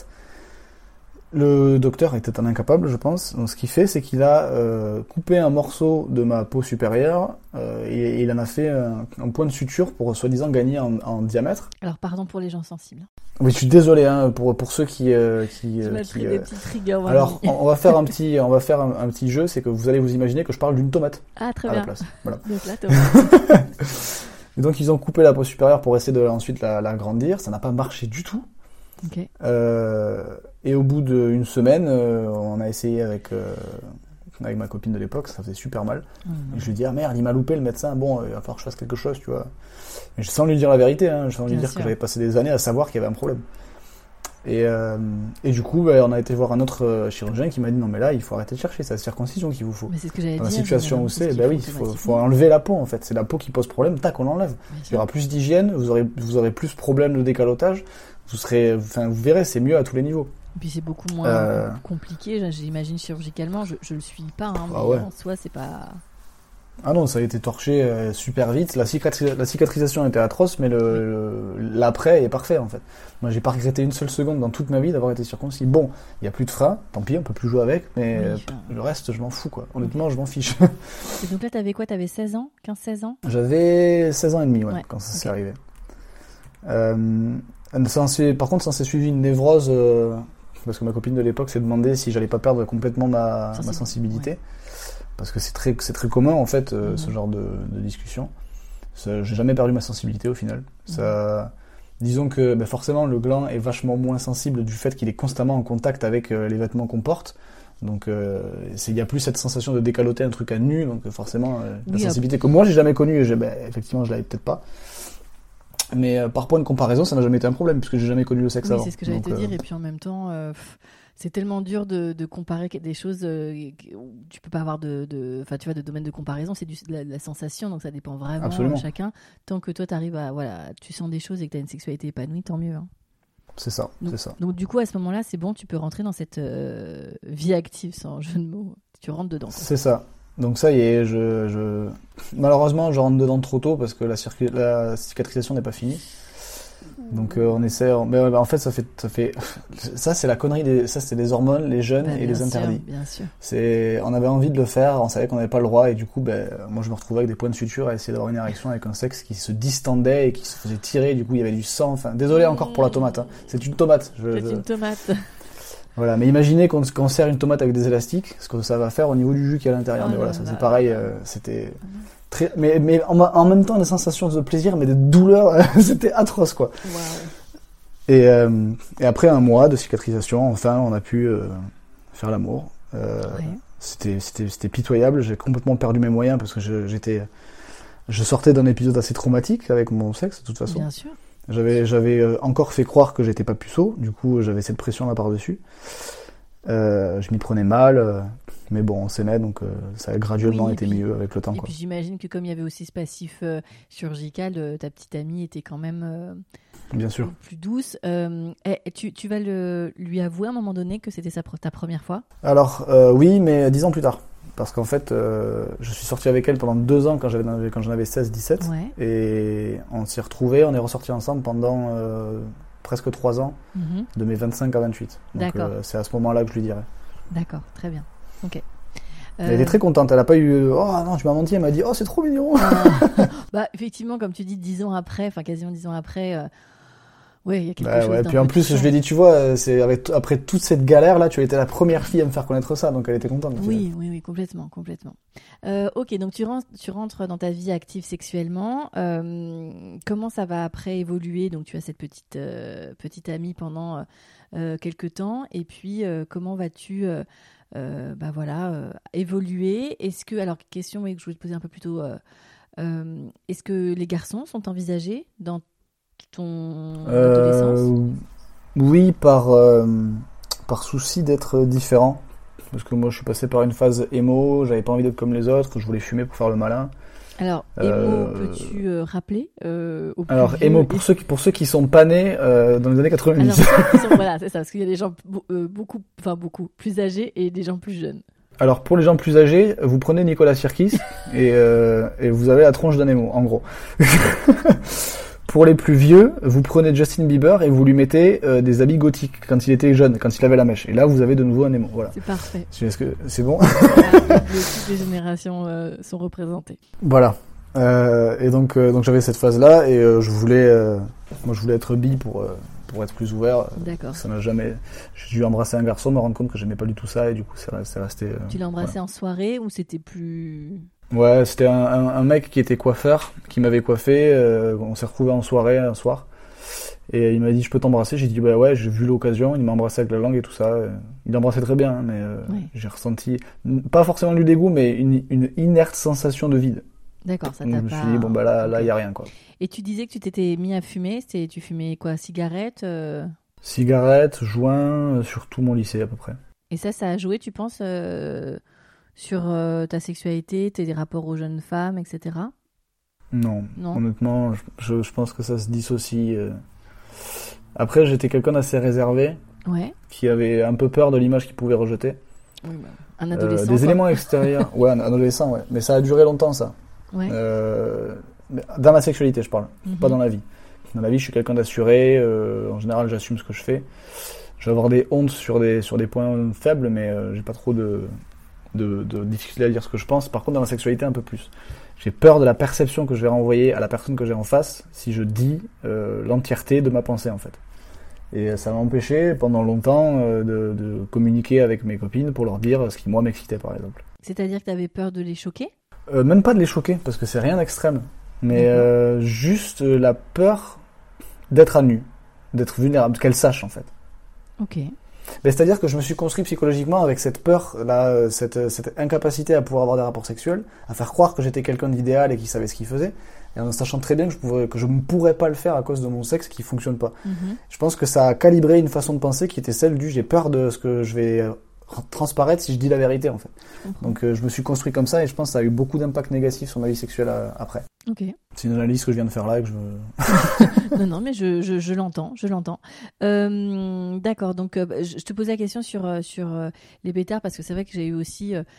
le docteur était un incapable, je pense. Donc ce qu'il fait, c'est qu'il a euh, coupé un morceau de ma peau supérieure euh, et, et il en a fait un, un point de suture pour soi-disant gagner en, en diamètre. Alors, pardon pour les gens sensibles. Oui, je suis désolé hein, pour pour ceux qui euh, qui, Je euh, m'ai qui, pris euh, des petits triggers. vraiment. Alors, on on va faire un petit on va faire un, un petit jeu, c'est que vous allez vous imaginer que je parle d'une tomate Ah, très à la bien. place. Voilà. Donc là, Thomas. Et donc ils ont coupé la peau supérieure pour essayer de ensuite la, la grandir. Ça n'a pas marché du tout. Ok. Euh, et au bout d'une semaine, euh, on a essayé avec euh, avec ma copine de l'époque, ça faisait super mal. Mmh. Et je lui dis ah merde, il m'a loupé le médecin. Bon, il va falloir que je fasse quelque chose, tu vois. Mais sans lui dire la vérité, hein, sans lui Bien dire sûr. que j'avais passé des années à savoir qu'il y avait un problème. Et, euh, et du coup, bah, on a été voir un autre euh, chirurgien qui m'a dit non mais là, il faut arrêter de chercher, c'est la circoncision qu'il vous faut. Mais c'est ce que j'allais Dans la dire. situation où c'est c'est, ce qu'il ben oui, faut il faut, faut automatiquement. enlever la peau en fait. C'est la peau qui pose problème, tac, on l'enlève. Bien Il y sûr. aura plus d'hygiène, vous aurez, vous aurez plus de problèmes de décalotage. Vous serez, enfin, vous verrez, c'est mieux à tous les niveaux. Et puis c'est beaucoup moins Euh. compliqué, j'imagine chirurgicalement. Je, je le suis pas, hein, mais Ah ouais. en soi, c'est pas. Ah non, ça a été torché euh, super vite. La, cicatri- la cicatrisation était atroce, mais le, le- l'après est parfait en fait. Moi, j'ai pas regretté une seule seconde dans toute ma vie d'avoir été circoncis. Bon, il y a plus de frein, tant pis, on peut plus jouer avec, mais Oui, euh, enfin. le reste, je m'en fous quoi. Honnêtement, je m'en fiche. Et donc là, t'avais quoi? T'avais seize ans? quinze seize ans? J'avais seize ans et demi, ouais, Ouais, quand ça ok. s'est arrivé. Euh, ça en s'est- par contre, ça s'est suivi une névrose, euh, parce que ma copine de l'époque s'est demandé si j'allais pas perdre complètement ma, Sensible- ma sensibilité. ouais. Parce que c'est très, c'est très commun, en fait, euh, Mhm. ce genre de, de discussion. Ça, j'ai jamais perdu ma sensibilité, au final. Ça, disons que, ben, forcément, le gland est vachement moins sensible du fait qu'il est constamment en contact avec euh, les vêtements qu'on porte. Donc, euh, c'est- il y a plus cette sensation de décaloter un truc à nu, donc euh, forcément, euh, la Oui, sensibilité que moi j'ai jamais connue, et j'ai- ben, effectivement, je l'avais peut-être pas. Mais euh, par point de comparaison, ça n'a jamais été un problème, puisque j'ai jamais connu le sexe Oui, avant. c'est ce que j'allais Donc, te euh, dire. Et puis en même temps, euh, pff, c'est tellement dur de, de comparer des choses euh, où tu peux pas avoir de, de, enfin, tu vois, de domaine de comparaison. C'est du, de la, de la sensation, donc ça dépend vraiment Absolument. de chacun. Tant que toi, t'arrives à, voilà, tu sens des choses et que t'as une sexualité épanouie, tant mieux. Hein. C'est ça, Donc, c'est ça. donc du coup, à ce moment-là, c'est bon, tu peux rentrer dans cette euh, vie active, sans jeu de mots. Tu rentres dedans. quoi. C'est ça. Donc ça y est, je, je... malheureusement, je rentre dedans trop tôt parce que la, circu... la cicatrisation n'est pas finie. Donc euh, on essaie, on- mais ouais, bah, en fait ça fait, ça fait, ça c'est la connerie des, ça c'est les hormones, les jeunes Bah, et bien les sûr, interdits. Bien sûr. C'est, on avait envie de le faire, on savait qu'on n'avait pas le droit et du coup, ben, moi je me retrouvais avec des points de suture à essayer d'avoir une érection avec un sexe qui se distendait et qui se faisait tirer. Du coup, il y avait du sang. Enfin, désolé encore pour la tomate. Hein. C'est une tomate. Je, C'est je- une tomate. Voilà, mais imaginez qu'on, qu'on serre une tomate avec des élastiques, ce que ça va faire au niveau du jus qui est à l'intérieur. Oh mais voilà, là ça là c'est pareil. là. euh, c'était très, mais mais en, en même temps des sensations de plaisir, mais de douleur, c'était atroce quoi. Waouh. Et, euh, et après un mois de cicatrisation, enfin, on a pu euh, faire l'amour. Euh, Ouais. C'était, c'était, c'était pitoyable. J'ai complètement perdu mes moyens parce que je, j'étais, je sortais d'un épisode assez traumatique avec mon sexe de toute façon. Bien sûr. J'avais, j'avais euh, encore fait croire que j'étais pas puceau. Du coup, j'avais cette pression là par dessus. Euh, je m'y prenais mal, euh, mais bon, on s'aimait, donc euh, ça a graduellement Oui, et été puis- mieux avec le temps. Et Quoi. puis j'imagine que comme il y avait aussi ce passif euh, chirurgical, euh, ta petite amie était quand même euh, Bien sûr. plus douce. Euh, et, et tu, tu vas le, lui avouer à un moment donné que c'était sa, ta première fois? Alors, euh, oui, mais dix ans plus tard. Parce qu'en fait, euh, je suis sorti avec elle pendant deux ans quand, j'avais, quand j'en avais seize dix-sept. Ouais. Et on s'est retrouvés, on est ressortis ensemble pendant euh, presque trois ans, Mm-hmm. de mes vingt-cinq à vingt-huit. Donc D'accord. euh, c'est à ce moment-là que je lui dirais. D'accord, très bien. Ok. Elle était très contente, elle a pas eu « Oh non, tu m'as menti », elle m'a dit « Oh, c'est trop mignon !» Bah, effectivement, comme tu dis, dix ans après, enfin quasiment dix ans après, euh, ouais, il y a quelque Bah, chose ouais, d'un puis en peu plus, je touchant. lui ai dit, tu vois, c'est avec, après toute cette galère-là, tu as été la première fille à me faire connaître ça, donc elle était contente. Oui, oui, oui, complètement, complètement. Euh, ok, donc tu rentres, tu rentres dans ta vie active sexuellement. Euh, comment ça va après évoluer? Donc tu as cette petite, euh, petite amie pendant euh, quelques temps, et puis euh, comment vas-tu euh, euh, bah voilà, euh, évoluer? Est-ce que, alors question oui, que je voulais te poser un peu plus tôt, euh, euh, est-ce que les garçons sont envisagés dans ton adolescence? Euh, oui, par, euh, par souci d'être différent. Parce que moi, je suis passé par une phase émo, j'avais pas envie d'être comme les autres, je voulais fumer pour faire le malin. Alors, émo, Euh, peux-tu euh, rappeler euh, au plus Alors, vieux émo, et- pour ceux qui, pour ceux qui sont pas nés euh, dans les années Alors, quatre-vingt-dix. ceux qui sont- voilà, c'est ça, parce qu'il y a des gens bo- euh, beaucoup, enfin beaucoup plus âgés et des gens plus jeunes. Alors, pour les gens plus âgés, vous prenez Nicolas Sirkis et, euh, et vous avez la tronche d'un émo, en gros. Pour les plus vieux, vous prenez Justin Bieber et vous lui mettez euh, des habits gothiques quand il était jeune, quand il avait la mèche. Et là, vous avez de nouveau un émo. Voilà. C'est parfait. Est-ce que c'est bon? Voilà, toutes les générations euh, sont représentées. Voilà. Euh, et donc, euh, donc j'avais cette phase-là et euh, je voulais, euh, moi, je voulais être bi pour euh, pour être plus ouvert. D'accord. Ça n'a jamais. J'ai dû embrasser un garçon, me rendre compte que j'aimais pas du tout ça et du coup, c'est c'est resté. euh, Tu l'as embrassé en soirée ou c'était plus... Ouais, c'était un, un, un mec qui était coiffeur, qui m'avait coiffé. Euh, on s'est retrouvés en soirée un soir. Et il m'a dit, je peux t'embrasser? J'ai dit, bah ouais, j'ai vu l'occasion. Il m'a embrassé avec la langue et tout ça. Il embrassait très bien, hein, mais euh, Ouais. j'ai ressenti, pas forcément du dégoût, mais une, une inerte sensation de vide. D'accord, ça Donc t'a je me pas... suis dit, bon bah là, là, Ok. il y a rien, quoi. Et tu disais que tu t'étais mis à fumer, c'était, tu fumais quoi, cigarette euh, Cigarette, joint, euh, sur tout mon lycée à peu près. Et ça, ça a joué, tu penses, euh, sur euh, ta sexualité, tes rapports aux jeunes femmes, et cetera. Non, Non. honnêtement, je, je, je pense que ça se dissocie. euh. Après, j'étais quelqu'un d'assez réservé, Ouais. qui avait un peu peur de l'image qu'il pouvait rejeter. Oui, bah, un Euh, adolescent. des quoi. éléments extérieurs. Ouais, un adolescent, ouais. Mais ça a duré longtemps, ça. Ouais. Euh, mais dans ma sexualité, je parle. Mhm. Pas dans la vie. Dans la vie, je suis quelqu'un d'assuré. Euh, en général, j'assume ce que je fais. Je vais avoir des hontes sur des, sur des points faibles, mais euh, j'ai pas trop de, de, de difficulté à dire ce que je pense. Par contre, dans la sexualité, un peu plus. J'ai peur de la perception que je vais renvoyer à la personne que j'ai en face si je dis euh, l'entièreté de ma pensée, en fait. Et ça m'a empêché pendant longtemps euh, de, de communiquer avec mes copines pour leur dire ce qui, moi, m'excitait, par exemple. C'est-à-dire que tu avais peur de les choquer? Euh, même pas de les choquer, parce que c'est rien d'extrême. Mais D'accord. euh, juste euh, la peur d'être à nu, d'être vulnérable, qu'elles sachent, en fait. Ok. Mais c'est-à-dire que je me suis construit psychologiquement avec cette peur, là, euh, cette, cette incapacité à pouvoir avoir des rapports sexuels, à faire croire que j'étais quelqu'un d'idéal et qui savait ce qu'il faisait, et en sachant très bien que je, pouvais, que je ne pourrais pas le faire à cause de mon sexe qui fonctionne pas. Mhm. Je pense que ça a calibré une façon de penser qui était celle du j'ai peur de ce que je vais euh, transparaître si je dis la vérité, en fait. Je comprends. Donc euh, je me suis construit comme ça et je pense que ça a eu beaucoup d'impact négatif sur ma vie sexuelle euh, après. Ok. C'est une analyse que je viens de faire là et que je veux... Non, non, mais je, je, je l'entends, je l'entends. Euh, d'accord, donc euh, je je te posais la question sur, euh, sur euh, les pétards, parce que c'est vrai que j'ai eu aussi euh,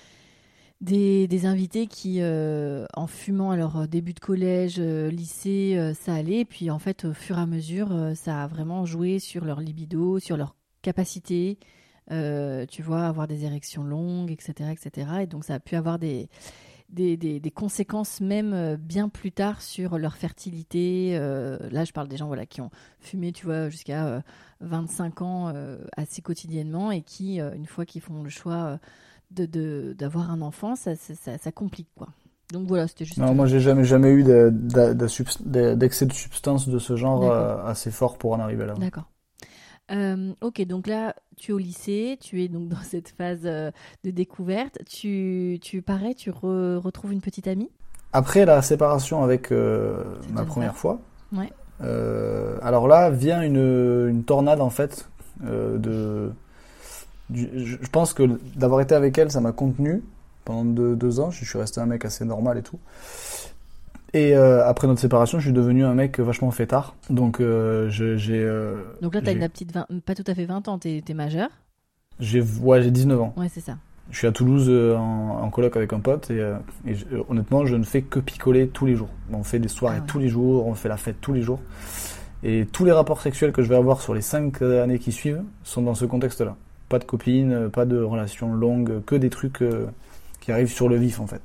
des, des invités qui, euh, en fumant à leur début de collège, euh, lycée, euh, ça allait, et puis en fait, au fur et à mesure, euh, ça a vraiment joué sur leur libido, sur leur capacité, euh, tu vois, à avoir des érections longues, et cetera, et cetera. Et donc ça a pu avoir des... Des, des, des conséquences même euh, bien plus tard sur leur fertilité. Euh, là, je parle des gens voilà, qui ont fumé, tu vois, jusqu'à euh, vingt-cinq ans euh, assez quotidiennement et qui, euh, une fois qu'ils font le choix euh, de, de, d'avoir un enfant, ça, ça, ça, ça complique, quoi. Donc voilà, c'était juste... Non, moi j'ai jamais, jamais eu de, de, de subst- de, d'excès de substance de ce genre D'accord. euh, assez fort pour en arriver là. D'accord. Euh, ok, donc là, tu es au lycée, tu es donc dans cette phase euh, de découverte. Tu, tu parais, tu re- retrouves une petite amie. Après la séparation avec euh, C'est ma comme première ça. fois, Ouais. euh, alors là vient une, une tornade en fait. Euh, de, du, je, je pense que d'avoir été avec elle, ça m'a contenu pendant deux, deux ans. Je suis resté un mec assez normal et tout. Et euh, après notre séparation, je suis devenu un mec vachement fêtard. Donc euh, je, j'ai... Euh, Donc là, t'as j'ai, une petite vingt... pas tout à fait vingt ans, t'es, t'es majeur. J'ai, ouais, j'ai dix-neuf ans. Ouais, c'est ça. Je suis à Toulouse euh, en, en coloc avec un pote et, euh, et je, euh, honnêtement, je ne fais que picoler tous les jours. On fait des soirées ah ouais. tous les jours, on fait la fête tous les jours. Et tous les rapports sexuels que je vais avoir sur les cinq années qui suivent sont dans ce contexte-là. Pas de copine, pas de relation longue, que des trucs euh, qui arrivent sur le vif en fait.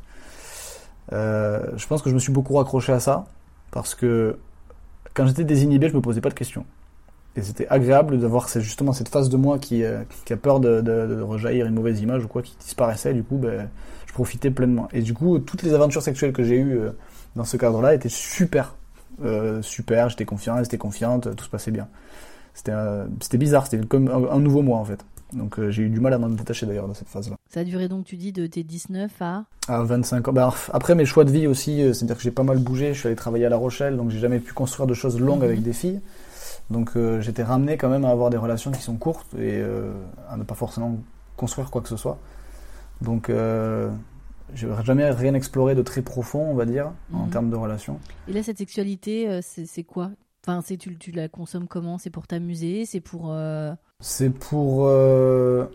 Euh, je pense que je me suis beaucoup raccroché à ça parce que quand j'étais désinhibé, je me posais pas de questions. Et c'était agréable d'avoir cette, justement cette phase de moi qui, euh, qui a peur de, de, de rejaillir une mauvaise image ou quoi, qui disparaissait. Du coup, ben, je profitais pleinement. Et du coup, toutes les aventures sexuelles que j'ai eues euh, dans ce cadre-là étaient super. Euh, super, j'étais confiant, elle était confiante, tout se passait bien. C'était, euh, c'était bizarre, c'était comme un, un nouveau moi en fait. Donc euh, j'ai eu du mal à m'en détacher d'ailleurs de cette phase-là. Ça a duré donc, tu dis, de tes dix-neuf à... À vingt-cinq ans. Bah, après mes choix de vie aussi, euh, c'est-à-dire que j'ai pas mal bougé, je suis allé travailler à La Rochelle, donc j'ai jamais pu construire de choses longues mmh. avec des filles. Donc euh, j'étais ramené quand même à avoir des relations qui sont courtes et euh, à ne pas forcément construire quoi que ce soit. Donc euh, j'ai jamais rien exploré de très profond, on va dire, mmh. en termes de relations. Et là, cette sexualité, euh, c'est, c'est quoi ? Enfin, c'est, tu, tu la consommes comment ? C'est pour t'amuser ? C'est pour... Euh... C'est pour... Euh...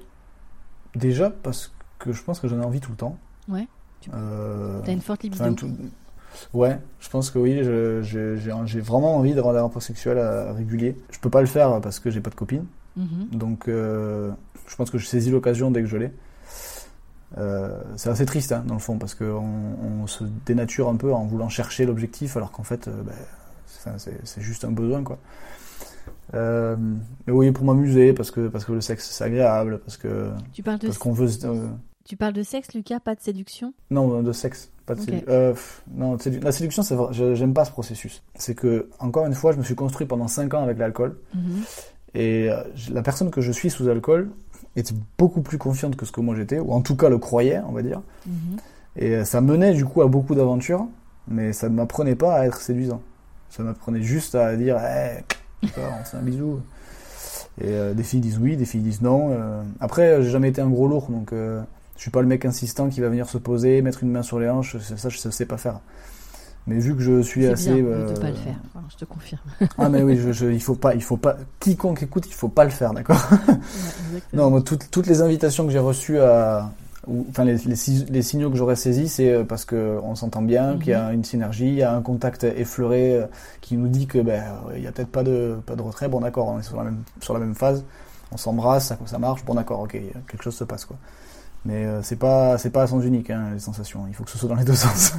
Déjà, parce que je pense que j'en ai envie tout le temps. Ouais. Tu euh... as une forte libido. Tout... Ouais, je pense que oui, je, je, j'ai, j'ai vraiment envie d'avoir des rapports sexuels euh, réguliers. Je peux pas le faire parce que j'ai pas de copine. Mm-hmm. Donc, euh, je pense que je saisis l'occasion dès que je l'ai. Euh, c'est assez triste, hein, dans le fond, parce qu'on on se dénature un peu en voulant chercher l'objectif, alors qu'en fait, euh, bah, c'est, c'est, c'est juste un besoin, quoi. Euh, mais oui, pour m'amuser, parce que, parce que le sexe, c'est agréable, parce que... Tu parles de parce qu'on veut... Euh... Tu parles de sexe, Lucas, pas de séduction ? Non, de sexe, pas de okay. séduction. Euh, non, sédu... la séduction, c'est vrai, je, j'aime pas ce processus. C'est que, encore une fois, je me suis construit pendant cinq ans avec l'alcool, mm-hmm. et euh, la personne que je suis sous alcool était beaucoup plus confiante que ce que moi j'étais, ou en tout cas le croyait, on va dire. Mm-hmm. Et euh, ça menait du coup à beaucoup d'aventures, mais ça ne m'apprenait pas à être séduisant. Ça m'apprenait juste à dire hey, « on fait un bisou ». Et euh, des filles disent oui, des filles disent non. Euh, après, j'ai jamais été un gros lourd, donc euh, je suis pas le mec insistant qui va venir se poser, mettre une main sur les hanches, ça je sais pas faire. Mais vu que je suis c'est assez... C'est bien euh... de pas le faire, enfin, je te confirme. Ah mais oui, je, je, il faut pas, il faut pas... Quiconque écoute, il faut pas le faire, d'accord ? Ouais, non, moi, toutes, toutes les invitations que j'ai reçues à... Ou, enfin, les, les, les signaux que j'aurais saisis, c'est parce qu'on s'entend bien, mm-hmm. qu'il y a une synergie, il y a un contact effleuré qui nous dit que ben, il y a peut-être pas de, pas de retrait. Bon d'accord, on est sur la même, sur la même phase, on s'embrasse, ça, ça marche, bon d'accord, ok, quelque chose se passe, quoi. Mais euh, c'est pas, c'est pas à sens unique, hein, les sensations, il faut que ce soit dans les deux sens.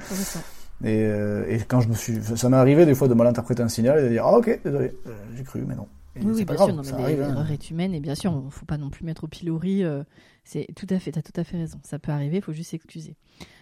Et, euh, et quand je me suis, ça m'est arrivé des fois de mal interpréter un signal et de dire ah ok, désolé, euh, j'ai cru, mais non. Et oui, oui bien grave, sûr, non, mais arrive, l'erreur hein. est humaine et bien sûr, il ne faut pas non plus mettre au pilori. Euh, c'est tout à fait, t'as tout à fait raison. Ça peut arriver, il faut juste s'excuser.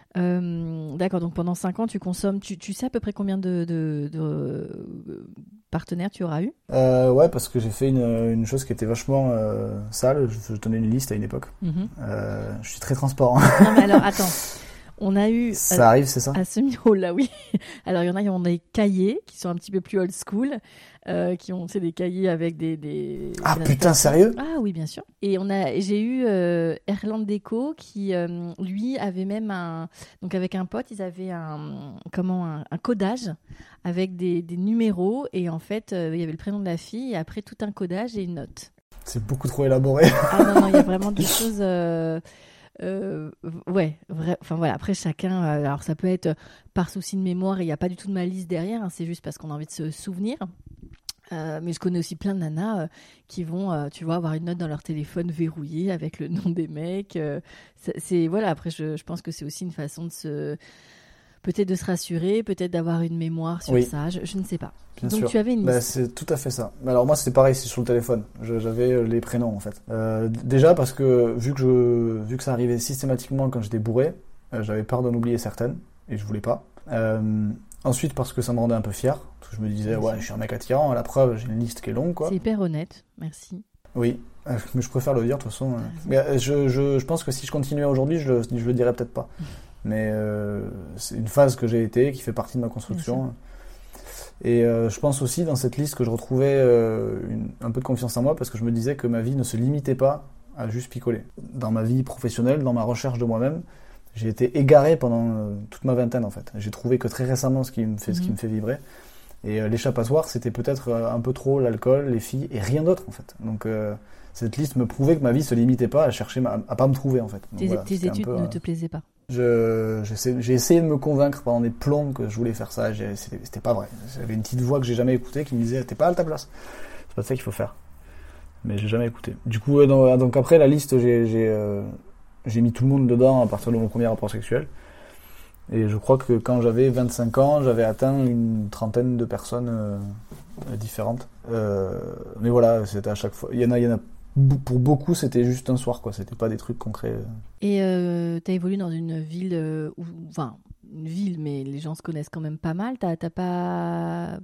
Euh, d'accord, donc pendant cinq ans, tu consommes. Tu, tu sais à peu près combien de, de, de euh, partenaires tu auras eu ? euh, Ouais, parce que j'ai fait une, une chose qui était vachement euh, sale. Je, je tenais une liste à une époque. Mm-hmm. Euh, je suis très transparent. Non, mais alors attends. On a eu... Ça à, arrive, c'est ça ? À ce niveau-là, oui. Alors, il y en a, il y en a des cahiers qui sont un petit peu plus old school, euh, qui ont, tu sais, des cahiers avec des... des ah, des putain, sérieux ? Ah oui, bien sûr. Et on a, j'ai eu euh, Erland Deco qui, euh, lui, avait même un... Donc, avec un pote, ils avaient un, comment, un, un codage avec des, des numéros. Et en fait, euh, il y avait le prénom de la fille et après, tout un codage et une note. C'est beaucoup trop élaboré. Ah non, non, il y a vraiment des choses... Euh, Euh, ouais, vrai, enfin voilà. Après chacun, euh, alors ça peut être par souci de mémoire et il n'y a pas du tout de malice derrière. Hein, c'est juste parce qu'on a envie de se souvenir. Euh, mais je connais aussi plein de nanas euh, qui vont, euh, tu vois, avoir une note dans leur téléphone verrouillée avec le nom des mecs. Euh, c'est, c'est voilà. Après, je, je pense que c'est aussi une façon de se, peut-être de se rassurer, peut-être d'avoir une mémoire sur oui. ça. Je, je ne sais pas. Bien Donc sûr. tu avais une liste. Bah, c'est tout à fait ça. Alors moi c'était pareil, c'est sur le téléphone. Je, j'avais les prénoms en fait. Euh, déjà parce que vu que je, vu que ça arrivait systématiquement quand j'étais bourré, euh, j'avais peur d'en oublier certaines et je voulais pas. Euh, ensuite parce que ça me rendait un peu fier, parce que je me disais ouais je suis un mec attirant. À la preuve j'ai une liste qui est longue quoi. C'est hyper honnête, merci. Oui, euh, mais je préfère le dire de toute façon. Euh. Mais euh, je, je, je pense que si je continuais aujourd'hui je, je le dirais peut-être pas. Mais euh, c'est une phase que j'ai été, qui fait partie de ma construction. Et euh, je pense aussi dans cette liste que je retrouvais euh, une, un peu de confiance en moi parce que je me disais que ma vie ne se limitait pas à juste picoler. Dans ma vie professionnelle, dans ma recherche de moi-même, j'ai été égaré pendant euh, toute ma vingtaine en fait. J'ai trouvé que très récemment ce qui me fait, mm-hmm. ce qui me fait vibrer. Et euh, l'échappatoire, c'était peut-être euh, un peu trop l'alcool, les filles et rien d'autre en fait. Donc euh, cette liste me prouvait que ma vie se limitait pas à chercher, ma, à pas me trouver en fait. Donc, tes voilà, tes études peu, ne te plaisaient pas? Je, j'ai, j'ai essayé de me convaincre pendant des plombs que je voulais faire ça. J'ai, c'était, c'était pas vrai. J'avais une petite voix que j'ai jamais écoutée qui me disait t'es pas à ta place. C'est pas ça qu'il faut faire. Mais j'ai jamais écouté. Du coup, euh, donc, donc après la liste, j'ai, j'ai, euh, j'ai mis tout le monde dedans à partir de mon premier rapport sexuel. Et je crois que quand j'avais vingt-cinq ans, j'avais atteint une trentaine de personnes euh, différentes. Euh, mais voilà, c'était à chaque fois. Il y en a, il y en a. Pour beaucoup, c'était juste un soir, quoi. C'était pas des trucs concrets. Et euh, t'as évolué dans une ville, euh, où, enfin, une ville, mais les gens se connaissent quand même pas mal. T'as, t'as pas,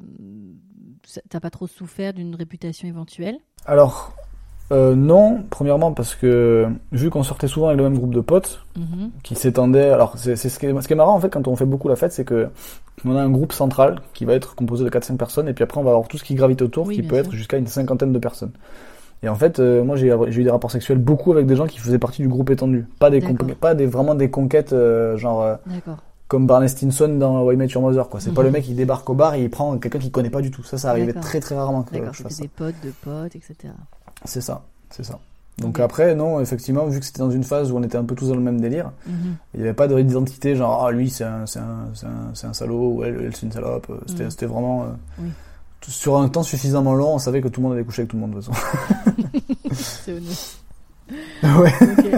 t'as pas trop souffert d'une réputation éventuelle? Alors, euh, non. Premièrement, parce que vu qu'on sortait souvent avec le même groupe de potes, mm-hmm. qui s'étendait. Alors, c'est, c'est ce qui est, ce qui est marrant en fait quand on fait beaucoup la fête, c'est que on a un groupe central qui va être composé de quatre cinq personnes, et puis après on va avoir tout ce qui gravite autour, oui, qui peut sûr. Être jusqu'à une cinquantaine de personnes. Et en fait, euh, moi, j'ai, j'ai eu des rapports sexuels beaucoup avec des gens qui faisaient partie du groupe étendu. Pas des, conquêtes, pas des vraiment des conquêtes, euh, genre, euh, comme Barney Stinson dans How I Met Your Mother, quoi. C'est mm-hmm. pas le mec qui débarque au bar et il prend quelqu'un qu'il connaît pas du tout. Ça, ça arrivait D'accord. très très rarement que D'accord, je fasse ça. Des potes de potes, et cetera. C'est ça, c'est ça. Donc okay. Après, non, effectivement, vu que c'était dans une phase où on était un peu tous dans le même délire, mm-hmm. il y avait pas d'identité, genre, ah, lui, c'est un, c'est un, c'est un, c'est un salaud, ou elle, elle c'est une salope. C'était, mm. c'était vraiment, euh, oui. Sur un temps suffisamment long, on savait que tout le monde allait coucher avec tout le monde, de toute façon. C'est honnête. Ouais. Okay.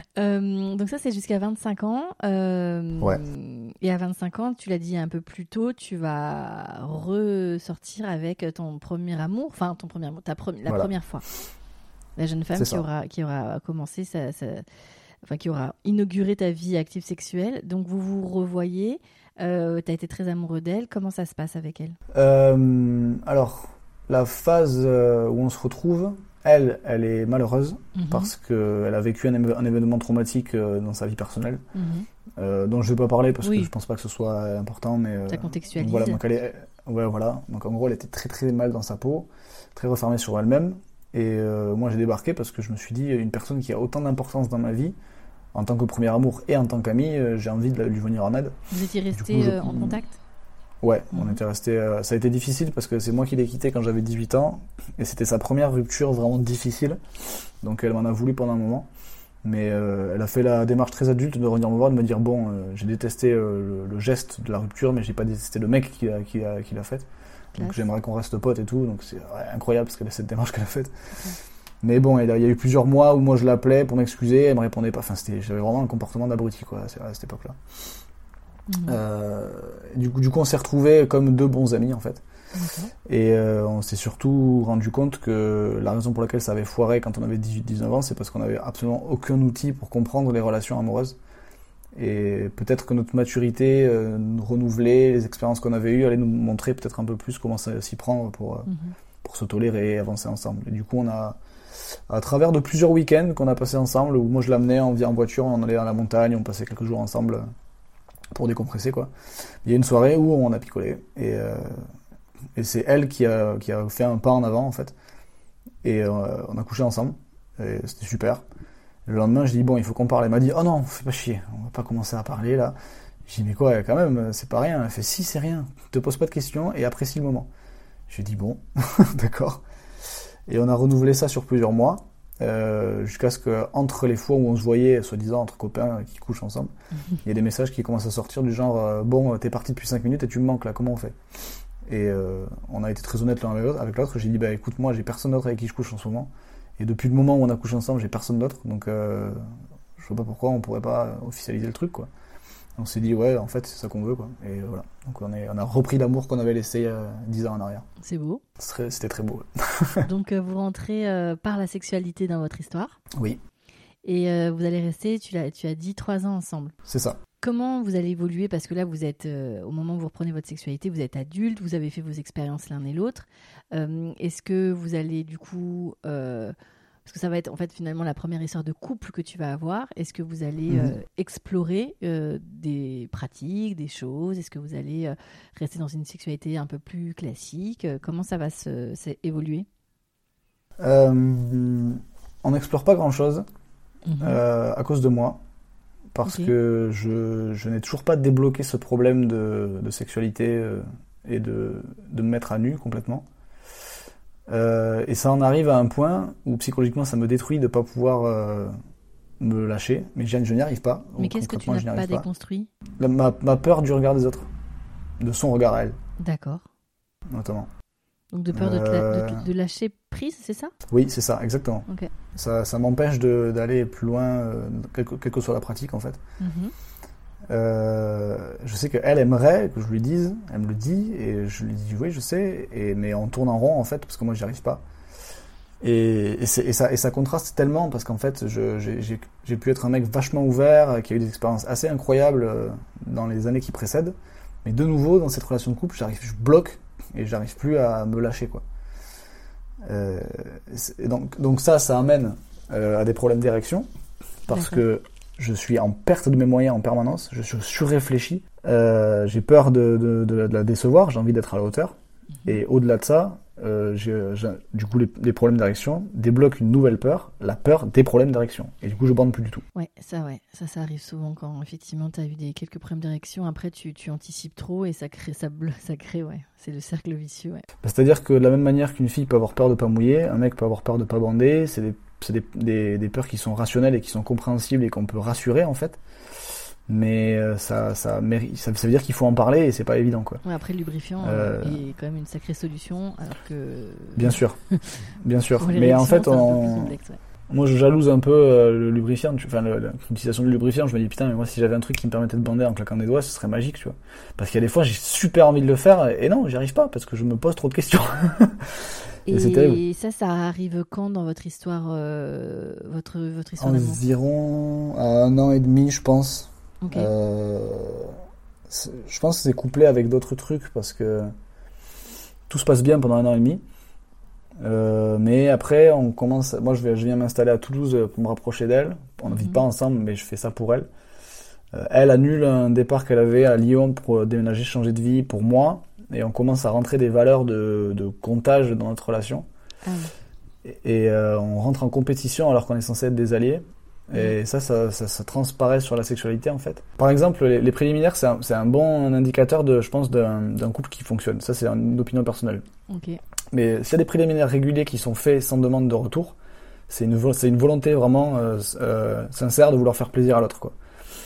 Euh, donc ça, c'est jusqu'à vingt-cinq ans. Euh, ouais. Et à vingt-cinq ans, tu l'as dit un peu plus tôt, tu vas ressortir avec ton premier amour, enfin ton premier amour, ta pre- la voilà. première fois. La jeune femme qui aura, qui aura commencé sa, sa, enfin qui aura inauguré ta vie active sexuelle. Donc vous vous revoyez. Euh, t'as été très amoureux d'elle. Comment ça se passe avec elle? euh, Alors, la phase euh, où on se retrouve, elle, elle est malheureuse mm-hmm. parce qu'elle a vécu un, un événement traumatique euh, dans sa vie personnelle, mm-hmm. euh, dont je ne vais pas parler parce oui. que je ne pense pas que ce soit important. Mais euh, ça contextualise. Voilà, donc elle est, ouais, voilà. Donc en gros, elle était très très mal dans sa peau, très refermée sur elle-même. Et euh, moi, j'ai débarqué parce que je me suis dit, une personne qui a autant d'importance dans ma vie, en tant que premier amour et en tant qu'ami, euh, j'ai envie de lui venir en aide. Vous étiez restés euh, en contact? Ouais, mmh. on était restés. Euh, ça a été difficile parce que c'est moi qui l'ai quitté quand j'avais dix-huit ans et c'était sa première rupture vraiment difficile. Donc elle m'en a voulu pendant un moment, mais euh, elle a fait la démarche très adulte de revenir me voir, de me dire bon, euh, j'ai détesté euh, le, le geste de la rupture, mais j'ai pas détesté le mec qui l'a, qui l'a, qui l'a fait. Donc Classe. J'aimerais qu'on reste potes et tout. Donc c'est ouais, incroyable parce qu'elle a cette démarche qu'elle a faite. Okay. Mais bon, il y a eu plusieurs mois où moi je l'appelais pour m'excuser, elle me répondait pas. Enfin, c'était, j'avais vraiment un comportement d'abruti quoi, à cette époque-là. Mmh. Euh, du coup, du coup, on s'est retrouvés comme deux bons amis en fait. Okay. Et euh, on s'est surtout rendu compte que la raison pour laquelle ça avait foiré quand on avait dix-huit dix-neuf ans, c'est parce qu'on avait absolument aucun outil pour comprendre les relations amoureuses. Et peut-être que notre maturité euh, renouvelée, les expériences qu'on avait eues, allaient nous montrer peut-être un peu plus comment s'y prendre pour, mmh. pour se tolérer et avancer ensemble. Et du coup, on a à travers de plusieurs week-ends qu'on a passé ensemble, où moi je l'amenais en, en voiture, on allait à la montagne, on passait quelques jours ensemble pour décompresser quoi. Il y a une soirée où on a picolé et, euh, et c'est elle qui a, qui a fait un pas en avant en fait. Et euh, on a couché ensemble et c'était super. Le lendemain je dis bon il faut qu'on parle. Elle m'a dit oh non fais pas chier, on va pas commencer à parler là. Je dis mais quoi quand même c'est pas rien. Elle fait si c'est rien, te pose pas de questions et apprécie le moment. Je dis bon d'accord. Et on a renouvelé ça sur plusieurs mois, euh, jusqu'à ce qu'entre les fois où on se voyait, soi-disant entre copains qui couchent ensemble, il y a des messages qui commencent à sortir du genre euh, « Bon, t'es parti depuis cinq minutes et tu me manques là, comment on fait ?» Et euh, on a été très honnête l'un avec l'autre, j'ai dit bah, « Écoute, moi j'ai personne d'autre avec qui je couche en ce moment, et depuis le moment où on a couché ensemble, j'ai personne d'autre, donc euh, je vois pas pourquoi on pourrait pas officialiser le truc, quoi. » On s'est dit ouais en fait c'est ça qu'on veut quoi et voilà donc on, est, on a repris l'amour qu'on avait laissé euh, dix ans en arrière. C'est beau. C'était, c'était très beau. Donc euh, vous rentrez euh, par la sexualité dans votre histoire. Oui. Et euh, vous allez rester, tu l'as, tu as dit trois ans ensemble. C'est ça. Comment vous allez évoluer parce que là vous êtes euh, au moment où vous reprenez votre sexualité vous êtes adulte, vous avez fait vos expériences l'un et l'autre. Euh, est-ce que vous allez du coup euh, parce que ça va être en fait finalement la première histoire de couple que tu vas avoir. Est-ce que vous allez mmh. euh, explorer euh, des pratiques, des choses? Est-ce que vous allez euh, rester dans une sexualité un peu plus classique? Comment ça va se, se évoluer? euh, On n'explore pas grand-chose mmh. euh, à cause de moi. parce Ok. que je, je n'ai toujours pas débloqué ce problème de, de sexualité euh, et de, de me mettre à nu complètement. Euh, et ça en arrive à un point où psychologiquement ça me détruit de ne pas pouvoir euh, me lâcher, mais je, je n'y arrive pas. Mais Donc, qu'est-ce que tu concrètement, n'as je n'y pas arrive pas. déconstruit? La- ma, ma peur du regard des autres, de son regard à elle, D'accord. notamment. Donc de peur de, te la- Euh. de, de lâcher prise, c'est ça? Oui, c'est ça, exactement. Ok. Ça, ça m'empêche de- d'aller plus loin, euh, quelle, que, quelle que soit la pratique en fait. Mhm. Euh, je sais qu'elle aimerait que je lui dise, elle me le dit, et je lui dis oui, je sais, et, mais on tourne en rond en fait, parce que moi j'y arrive pas. Et, et, c'est- et ça, et ça contraste tellement, parce qu'en fait je- j'ai j'ai- j'ai pu être un mec vachement ouvert, qui a eu des expériences assez incroyables euh, dans les années qui précèdent, mais de nouveau dans cette relation de couple, j'arrive, je bloque, et j'arrive plus à me lâcher quoi. Euh, et donc, donc ça, ça amène euh, à des problèmes d'érection, parce D'accord. que je suis en perte de mes moyens en permanence, je suis surréfléchi, euh, j'ai peur de, de, de, la- de la décevoir, j'ai envie d'être à la hauteur, et au-delà de ça, euh, j'ai, j'ai- du coup les, les problèmes d'érection débloquent une nouvelle peur, la peur des problèmes d'érection, et du coup je bande plus du tout. Ouais, ça, ouais, ça, ça arrive souvent quand effectivement tu as eu des quelques problèmes d'érection. Après, tu, tu anticipes trop et ça crée, ça, ble- ça crée, ouais, c'est le cercle vicieux, ouais. Bah, c'est-à-dire que de la même manière qu'une fille peut avoir peur de pas mouiller, un mec peut avoir peur de pas bander, c'est des, c'est des, des, des peurs qui sont rationnelles et qui sont compréhensibles et qu'on peut rassurer en fait. Mais euh, ça, ça, mérite, ça, ça veut dire qu'il faut en parler et c'est pas évident quoi. Ouais, après, le lubrifiant Euh. euh, est quand même une sacrée solution, alors que. Bien sûr, bien sûr. Pour Mais l'érection, en fait, c'est un peu plus on... complexe, ouais. moi je jalouse un peu euh, le lubrifiant, tu- enfin le- le- l'utilisation du lubrifiant. Je me dis putain, mais moi si j'avais un truc qui me permettait de bander en claquant des doigts, ce serait magique, tu vois. Parce qu'il y a des fois j'ai super envie de le faire et non, j'y arrive pas parce que je me pose trop de questions. Et c'est Et terrible. ça, ça arrive quand dans votre histoire, euh, votre, votre histoire d'amour? Environ à un an et demi, je pense. Ok. Euh, c'est- je pense que c'est couplé avec d'autres trucs parce que tout se passe bien pendant un an et demi. Euh, mais après, on commence. Moi, je, vais, je viens m'installer à Toulouse pour me rapprocher d'elle. On ne vit Mhm. pas ensemble, mais je fais ça pour elle. Euh, elle annule un départ qu'elle avait à Lyon pour déménager, changer de vie pour moi. Et on commence à rentrer des valeurs de, de comptage dans notre relation. Ah oui. Et, et, euh, on rentre en compétition alors qu'on est censé être des alliés. Et ça, ça, ça, ça transparaît sur la sexualité en fait. Par exemple, les, les préliminaires, c'est un, c'est un bon indicateur de, je pense, d'un, d'un couple qui fonctionne. Ça, c'est une opinion personnelle. Ok. Mais s'il y a des préliminaires réguliers qui sont faits sans demande de retour, c'est une, vo- c'est une volonté vraiment euh, euh, sincère de vouloir faire plaisir à l'autre, quoi.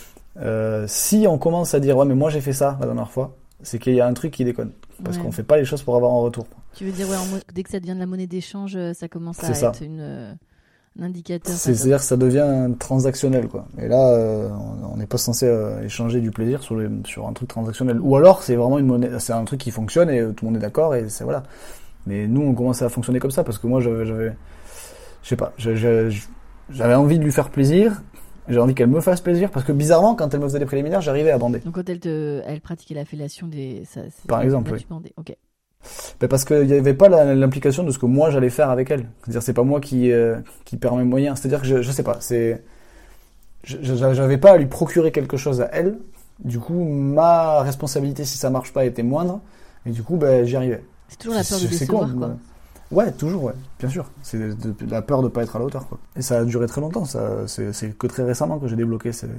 Euh, si on commence à dire ouais mais moi j'ai fait ça la dernière fois, c'est qu'il y a un truc qui déconne parce Ouais. qu'on fait pas les choses pour avoir un retour. Tu veux dire, ouais, en mo- dès que ça devient de la monnaie d'échange, euh, ça commence à C'est ça. être une, euh, un indicateur. C'est, pas c'est-à-dire que ça devient transactionnel, quoi. Et là, euh, on on n'est pas censé euh, échanger du plaisir sur, les, sur un truc transactionnel. Ou alors, c'est vraiment une monnaie, c'est un truc qui fonctionne et euh, tout le monde est d'accord et c'est voilà. Mais nous, on commence à fonctionner comme ça parce que moi, j'avais, j'avais je sais pas, j'avais, j'avais envie de lui faire plaisir. J'ai envie qu'elle me fasse plaisir parce que bizarrement, quand elle me faisait des préliminaires, j'arrivais à bander. Donc quand elle te, elle pratiquait la fellation des, ça, c'est- Par exemple, là, oui. tu bandais. Ok. Mais parce qu'il n'y avait pas la- l'implication de ce que moi j'allais faire avec elle. C'est-à-dire, c'est pas moi qui euh, qui perds mes moyens. C'est-à-dire que je, je sais pas, c'est, je- je- j'avais pas à lui procurer quelque chose à elle. Du coup, ma responsabilité si ça marche pas était moindre. Et du coup, ben, j'y arrivais. C'est toujours la peur de C'est- c'est décevoir, con, quoi. mais- Ouais, toujours, ouais, bien sûr. C'est de- de- la peur de pas être à la hauteur, quoi. Et ça a duré très longtemps. Ça, c'est, c'est que très récemment que j'ai débloqué. C'est...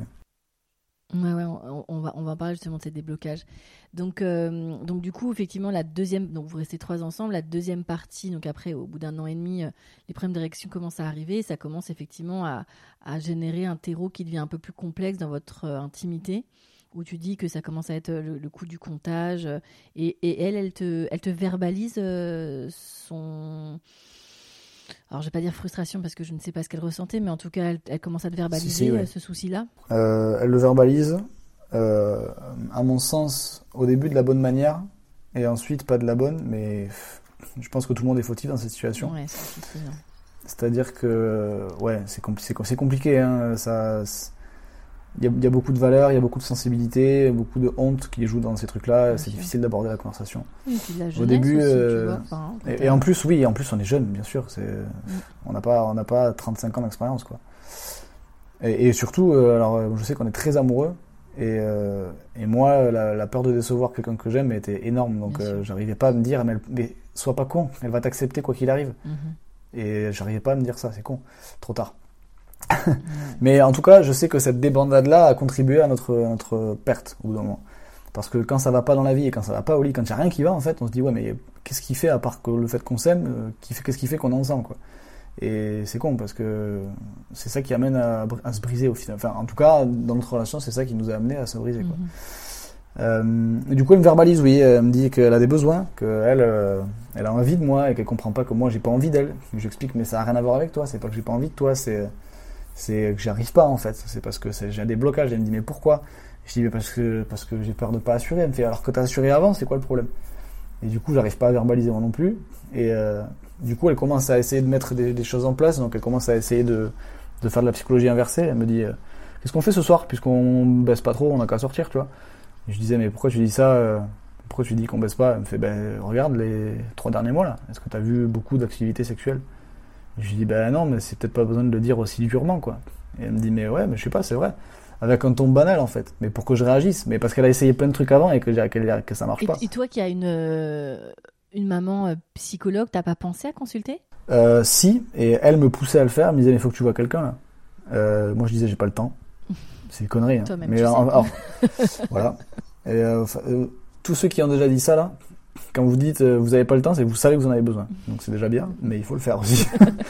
Ouais, ouais, on, on va, on va en parler justement de ces déblocages. Donc, euh, donc du coup, effectivement, la deuxième, donc vous restez trois ensemble, la deuxième partie, donc après, au bout d'un an et demi, euh, les problèmes d'érection commencent à arriver, et ça commence effectivement à, à générer un terreau qui devient un peu plus complexe dans votre euh, intimité, où tu dis que ça commence à être le, le coup du comptage, euh, et, et elle, elle te, elle te verbalise euh, son... Alors, je vais pas dire frustration parce que je ne sais pas ce qu'elle ressentait, mais en tout cas, elle, elle commence à te verbaliser Si, si, ouais. euh, ce souci-là. Euh, elle le verbalise, euh, à mon sens, au début de la bonne manière, et ensuite pas de la bonne, mais pff, je pense que tout le monde est fautif dans cette situation. Ouais, ça, c'est très bien. C'est-à-dire que, ouais, c'est, compli- c'est, c'est compliqué, hein, ça, il y a, y a beaucoup de valeurs, il y a beaucoup de sensibilité, beaucoup de honte qui joue dans ces trucs-là, Bien c'est sûr. difficile d'aborder la conversation. Oui, et puis de la Au jeunesse début, aussi, euh, tu vois. Enfin, quand Et, t'as- et en plus, oui, en plus on est jeune, bien sûr, c'est, on n'a pas, on n'a pas trente-cinq ans d'expérience, quoi. Et, et surtout, euh, alors, je sais qu'on est très amoureux, et, euh, et moi, la, la peur de décevoir quelqu'un que j'aime était énorme, donc Bien sûr. euh, j'arrivais pas à me dire, mais, elle- mais sois pas con, elle va t'accepter quoi qu'il arrive. Mhm. Et j'arrivais pas à me dire ça, c'est con, trop tard. Mais en tout cas, je sais que cette débandade-là a contribué à notre, à notre perte au bout d'un moment. Parce que quand ça va pas dans la vie et quand ça va pas au lit, quand il y a rien qui va, en fait, on se dit ouais, mais qu'est-ce qu'il fait à part que le fait qu'on s'aime, qui fait, qu'est-ce qui fait qu'on est ensemble, quoi. Et c'est con parce que c'est ça qui amène à, à se briser au final. Enfin, en tout cas, dans notre relation, c'est ça qui nous a amené à se briser, quoi. Mm-hmm. Euh, et du coup, elle me verbalise, oui, elle me dit qu'elle a des besoins, qu'elle, euh, elle a envie de moi et qu'elle comprend pas que moi, j'ai pas envie d'elle. Je lui explique, mais ça a rien à voir avec toi. C'est pas que j'ai pas envie de toi, c'est, c'est que j'y arrive pas en fait. C'est parce que c'est, j'ai des blocages. Elle me dit, mais pourquoi? Je dis, mais parce que parce que j'ai peur de pas assurer. Elle me fait, alors que t'as assuré avant, c'est quoi le problème? Et du coup, j'arrive pas à verbaliser moi non plus. Et euh, du coup, elle commence à essayer de mettre des, des choses en place. Donc, elle commence à essayer de, de faire de la psychologie inversée. Elle me dit, euh, qu'est-ce qu'on fait ce soir? Puisqu'on baisse pas trop, on a qu'à sortir, tu vois. Et je disais, mais pourquoi tu dis ça euh, Pourquoi tu dis qu'on baisse pas? Elle me fait, ben regarde les trois derniers mois là. Est-ce que t'as vu beaucoup d'activités sexuelles? Et je lui dis, ben non, mais c'est peut-être pas besoin de le dire aussi durement, quoi. Et elle me dit, mais ouais, mais je sais pas, c'est vrai. Avec un ton banal en fait, mais pour que je réagisse, mais parce qu'elle a essayé plein de trucs avant et que, que, que ça marche et, pas. Et toi qui as une, euh, une maman euh, psychologue, t'as pas pensé à consulter? euh, Si, et elle me poussait à le faire, elle me disait mais faut que tu vois quelqu'un là. Euh, moi je disais j'ai pas le temps, c'est une connerie. Hein. Toi-même, mais tu alors, sais. alors, voilà. Et euh, euh, tous ceux qui ont déjà dit ça là, quand vous dites euh, vous avez pas le temps, c'est que vous savez que vous en avez besoin. Donc c'est déjà bien, mais il faut le faire aussi.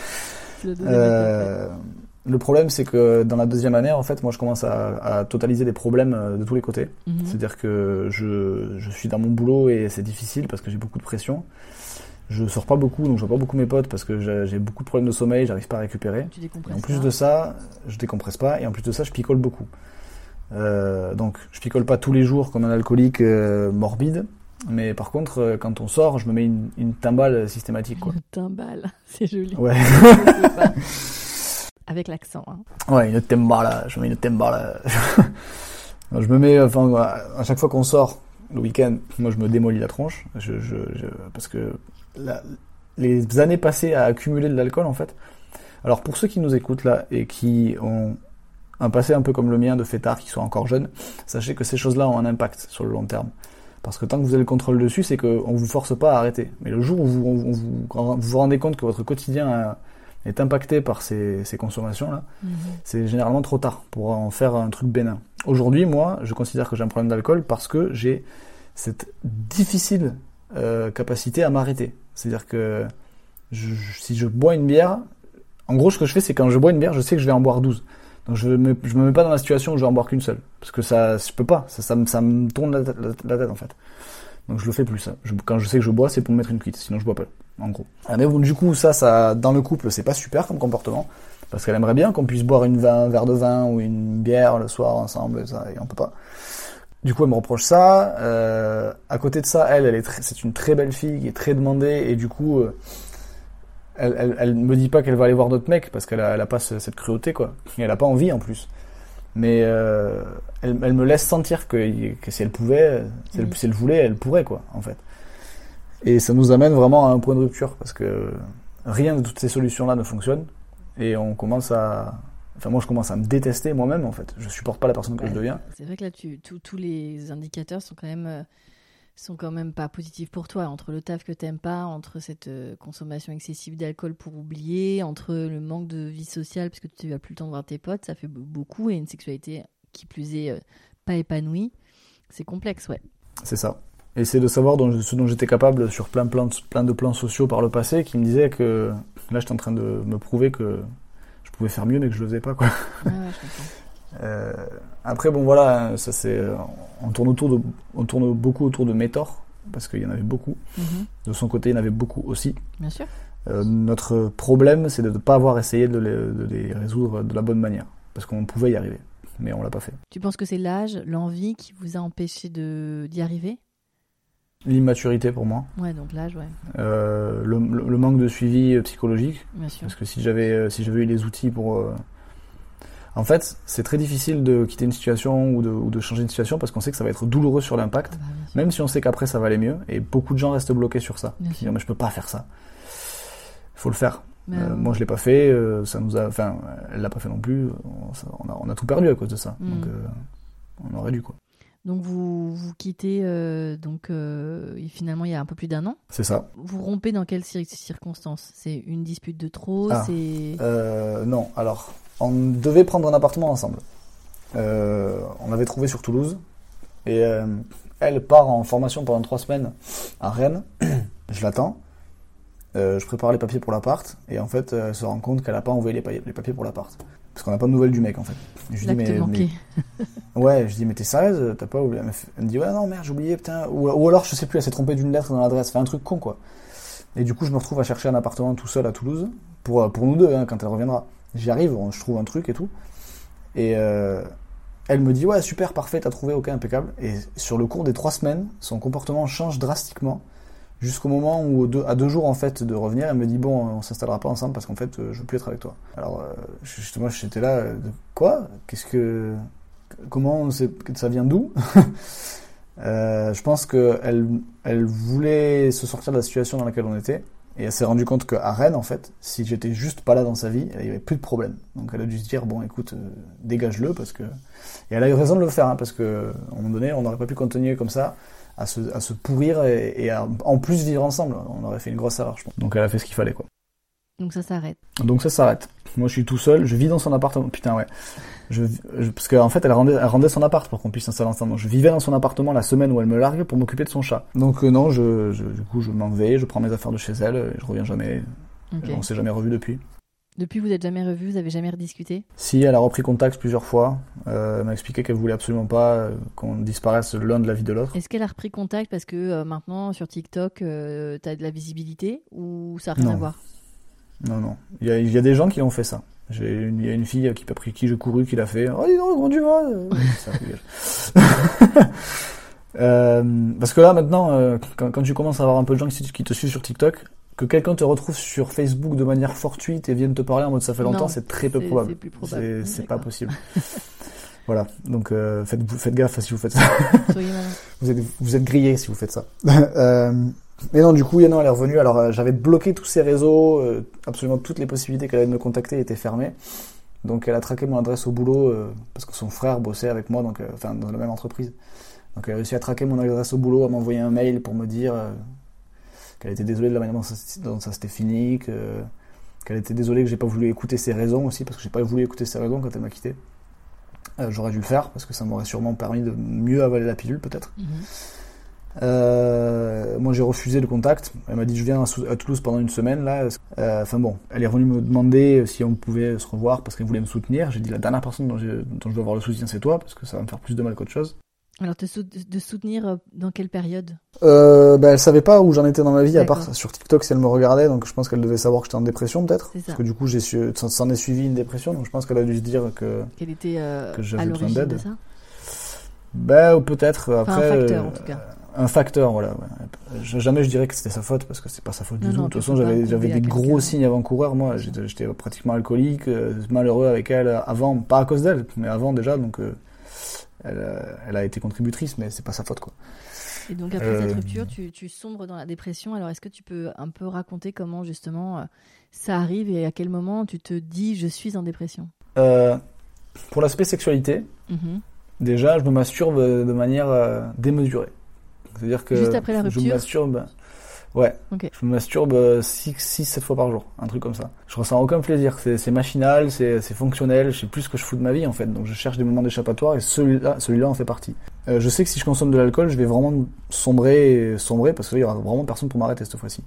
euh, Le problème, c'est que dans la deuxième année, en fait, moi, je commence à, à totaliser des problèmes de tous les côtés. Mm-hmm. C'est-à-dire que je, je suis dans mon boulot et c'est difficile parce que j'ai beaucoup de pression. Je sors pas beaucoup, donc je vois pas beaucoup mes potes parce que j'ai, j'ai beaucoup de problèmes de sommeil, j'arrive pas à récupérer. Tu décompresses et en plus pas. de ça, je décompresse pas et en plus de ça, je picole beaucoup. Euh, donc, je picole pas tous les jours comme un alcoolique euh, morbide. Mais par contre, quand on sort, je me mets une, une timbale systématique, quoi. Une timbale, c'est joli. Ouais. Avec l'accent, hein. Ouais, une timbale, je mets une timbale. Je me mets, enfin, à chaque fois qu'on sort le week-end, moi je me démolis la tronche, je, je, je, parce que la, les années passées à accumuler de l'alcool, en fait. Alors pour ceux qui nous écoutent là et qui ont un passé un peu comme le mien de fêtard, qui sont encore jeunes, sachez que ces choses-là ont un impact sur le long terme. Parce que tant que vous avez le contrôle dessus, c'est qu'on vous force pas à arrêter. Mais le jour où vous vous, vous, vous, vous rendez compte que votre quotidien a, est impacté par ces, ces consommations-là, mmh. c'est généralement trop tard pour en faire un truc bénin. Aujourd'hui, moi, je considère que j'ai un problème d'alcool parce que j'ai cette difficile euh, capacité à m'arrêter. C'est-à-dire que je, je, si je bois une bière, en gros, ce que je fais, c'est quand je bois une bière, je sais que je vais en boire douze. Donc je me, je me mets pas dans la situation où je vais en boire qu'une seule. Parce que ça, je peux pas. Ça, ça, me, ça me tourne la, la, la tête, en fait. Donc je le fais plus, ça. Je, quand je sais que je bois, c'est pour me mettre une cuite. Sinon, je bois pas. En gros. Ah, mais bon, du coup, ça, ça, dans le couple, c'est pas super comme comportement. Parce qu'elle aimerait bien qu'on puisse boire une vin, un verre de vin ou une bière le soir ensemble, et ça, et on peut pas. Du coup, elle me reproche ça. Euh, à côté de ça, elle, elle est très, c'est une très belle fille qui est très demandée, et du coup, euh, elle, elle, elle me dit pas qu'elle va aller voir d'autres mecs parce qu'elle a, elle a pas ce, cette cruauté, quoi. Et elle a pas envie, en plus. Mais euh, elle, elle me laisse sentir que, que si elle pouvait, si elle, mmh. si elle voulait, elle pourrait, quoi, en fait. Et ça nous amène vraiment à un point de rupture parce que rien de toutes ces solutions-là ne fonctionne et on commence à, enfin moi je commence à me détester moi-même, en fait. Je supporte pas la personne que ouais, je deviens. C'est vrai que là, tu, tous, tous les indicateurs sont quand même, euh, sont quand même pas positifs pour toi. Entre le taf que t'aimes pas, entre cette euh, consommation excessive d'alcool pour oublier, entre le manque de vie sociale parce que tu n'as plus le temps de voir tes potes, ça fait beaucoup, et une sexualité qui plus est euh, pas épanouie. C'est complexe, ouais. C'est ça. Et c'est de savoir dont, ce dont j'étais capable sur plein, plein, de, plein de plans sociaux par le passé, qui me disaient que là j'étais en train de me prouver que je pouvais faire mieux mais que je le faisais pas, quoi. Ouais, ouais, je comprends. Euh, après bon voilà, ça c'est, on tourne autour de, on tourne beaucoup autour de mes torts parce qu'il y en avait beaucoup. Mm-hmm. De son côté, il y en avait beaucoup aussi. Bien sûr. Euh, notre problème, c'est de ne pas avoir essayé de les, de les résoudre de la bonne manière, parce qu'on pouvait y arriver, mais on l'a pas fait. Tu penses que c'est l'âge, l'envie qui vous a empêché de d'y arriver? L'immaturité pour moi. Ouais, donc l'âge, ouais. Euh, le, le manque de suivi psychologique. Bien sûr. Parce que si j'avais, si j'avais eu les outils pour... Euh... En fait, c'est très difficile de quitter une situation ou de, ou de changer une situation parce qu'on sait que ça va être douloureux sur l'impact, ah bah, même si on sait qu'après ça va aller mieux. Et beaucoup de gens restent bloqués sur ça. Ils disent, mais je peux pas faire ça. Il faut le faire. Euh, moi, je l'ai pas fait. Euh, ça nous a... Enfin, elle l'a pas fait non plus. On, on, a, on a tout perdu à cause de ça. Mm. Donc, euh, on aurait dû, quoi. Donc vous vous quittez, euh, donc euh, finalement il y a un peu plus d'un an. C'est ça. Vous rompez dans quelles cir- circonstances? C'est une dispute de trop? ah, c'est... Euh, non, alors on devait prendre un appartement ensemble. Euh, on l'avait trouvé sur Toulouse. Et euh, elle part en formation pendant trois semaines à Rennes. Je l'attends. Euh, je prépare les papiers pour l'appart. Et en fait, elle se rend compte qu'elle n'a pas envoyé les, pa- les papiers pour l'appart. Parce qu'on n'a pas de nouvelles du mec, en fait. Et je lui dis, mais, mais... Ouais, je dis, mais t'es sérieuse? T'as pas oublié? Elle me dit, ouais, non, merde, j'ai oublié, putain. Ou, ou alors, je sais plus, elle s'est trompée d'une lettre dans l'adresse. Fait un truc con, quoi. Et du coup, je me retrouve à chercher un appartement tout seul à Toulouse. Pour, pour nous deux, hein, quand elle reviendra. J'y arrive, je trouve un truc et tout. Et... Euh... Elle me dit, ouais, super, parfait, t'as trouvé, ok, impeccable. Et sur le cours des trois semaines, son comportement change drastiquement. Jusqu'au moment où, deux, à deux jours, en fait, de revenir, elle me dit, bon, on s'installera pas ensemble parce qu'en fait, je veux plus être avec toi. Alors, euh, justement, j'étais là, euh, quoi? Qu'est-ce que... Comment c'est, ça vient d'où? euh, Je pense qu'elle elle voulait se sortir de la situation dans laquelle on était. Et elle s'est rendue compte qu'à Rennes, en fait, si j'étais juste pas là dans sa vie, il n'y avait plus de problème. Donc elle a dû se dire, bon, écoute, euh, dégage-le, parce que... Et elle a eu raison de le faire, hein, parce qu'à un moment donné, on n'aurait pas pu continuer comme ça, à se, à se pourrir et, et à, en plus vivre ensemble. On aurait fait une grosse erreur, je pense. Donc elle a fait ce qu'il fallait, quoi. Donc ça s'arrête. Donc ça s'arrête. Moi, je suis tout seul, je vis dans son appartement. Putain, ouais. Je, je, parce qu'en fait, elle rendait, elle rendait son appart pour qu'on puisse s'installer ensemble. Donc, je vivais dans son appartement la semaine où elle me largue pour m'occuper de son chat. Donc euh, non, je, je, du coup, je m'en vais, je prends mes affaires de chez elle, et je reviens jamais. Okay. On s'est jamais revus depuis. Depuis, vous n'êtes jamais revus, vous avez jamais rediscuté? Si, elle a repris contact plusieurs fois. Euh, elle m'a expliqué qu'elle voulait absolument pas euh, qu'on disparaisse l'un de la vie de l'autre. Est-ce qu'elle a repris contact parce que euh, maintenant sur TikTok, euh, t'as de la visibilité ou ça n'a rien non. à voir? Non, non. Il y a, il y a des gens qui ont fait ça. J'ai une, il y a une fille qui, après qui j'ai couru, qui l'a fait. Oh, dis donc, comment tu vas? euh, Parce que là, maintenant, euh, quand, quand tu commences à avoir un peu de gens qui, qui te suivent sur TikTok, que quelqu'un te retrouve sur Facebook de manière fortuite et vienne te parler en mode ça fait longtemps, non, c'est très peu c'est, probable. C'est plus probable. C'est, c'est pas possible. Voilà. Donc, euh, faites, faites gaffe si vous faites ça. vous êtes, vous êtes grillés si vous faites ça. euh, Mais non, du coup, non, elle est revenue. Alors, euh, j'avais bloqué tous ses réseaux. Euh, absolument toutes les possibilités qu'elle avait de me contacter étaient fermées. Donc, elle a traqué mon adresse au boulot euh, parce que son frère bossait avec moi, donc, euh, enfin, dans la même entreprise. Donc, elle a réussi à traquer mon adresse au boulot, à m'envoyer un mail pour me dire euh, qu'elle était désolée de la manière dont ça, dont ça s'était fini, que, qu'elle était désolée que j'ai pas voulu écouter ses raisons aussi, parce que j'ai pas voulu écouter ses raisons quand elle m'a quitté. Euh, j'aurais dû le faire parce que ça m'aurait sûrement permis de mieux avaler la pilule, peut-être. Mm-hmm. Euh, moi j'ai refusé le contact. Elle m'a dit je viens à Toulouse pendant une semaine là. Euh, enfin bon, elle est revenue me demander si on pouvait se revoir parce qu'elle voulait me soutenir. J'ai dit la dernière personne dont, j'ai, dont je dois avoir le soutien c'est toi parce que ça va me faire plus de mal qu'autre chose. Alors te sou- de soutenir dans quelle période? euh, bah, Elle savait pas où j'en étais dans ma vie. D'accord. À part sur TikTok si elle me regardait, donc je pense qu'elle devait savoir que j'étais en dépression peut-être. Parce que du coup j'ai su, ça s'en est suivi une dépression, donc je pense qu'elle a dû se dire que, qu'elle était euh, que j'avais à l'origine besoin d'aide. De ça. Ben peut-être après. Enfin, un facteur euh, en tout cas. Un facteur, voilà. Ouais. Jamais je dirais que c'était sa faute parce que c'est pas sa faute non, du tout. De toute façon, j'avais, j'avais des gros quelqu'un. signes avant-coureurs. Moi, j'étais, j'étais pratiquement alcoolique, euh, malheureux avec elle avant, pas à cause d'elle, mais avant déjà. Donc, euh, elle, elle a été contributrice, mais c'est pas sa faute, quoi. Et donc après euh... cette rupture, tu, tu sombres dans la dépression. Alors, est-ce que tu peux un peu raconter comment justement euh, ça arrive et à quel moment tu te dis je suis en dépression? euh, Pour l'aspect sexualité, mm-hmm. déjà, je me masturbe de manière euh, démesurée. C'est-à-dire que juste après la rupture, je me masturbe, ouais, okay. je me masturbe six sept fois par jour, un truc comme ça. Je ressens aucun plaisir, c'est, c'est machinal, c'est, c'est fonctionnel, je sais plus ce que je fous de ma vie en fait, donc je cherche des moments d'échappatoire et celui-là, celui-là en fait partie. Euh, je sais que si je consomme de l'alcool, je vais vraiment sombrer, sombrer parce qu'il y aura vraiment personne pour m'arrêter cette fois-ci.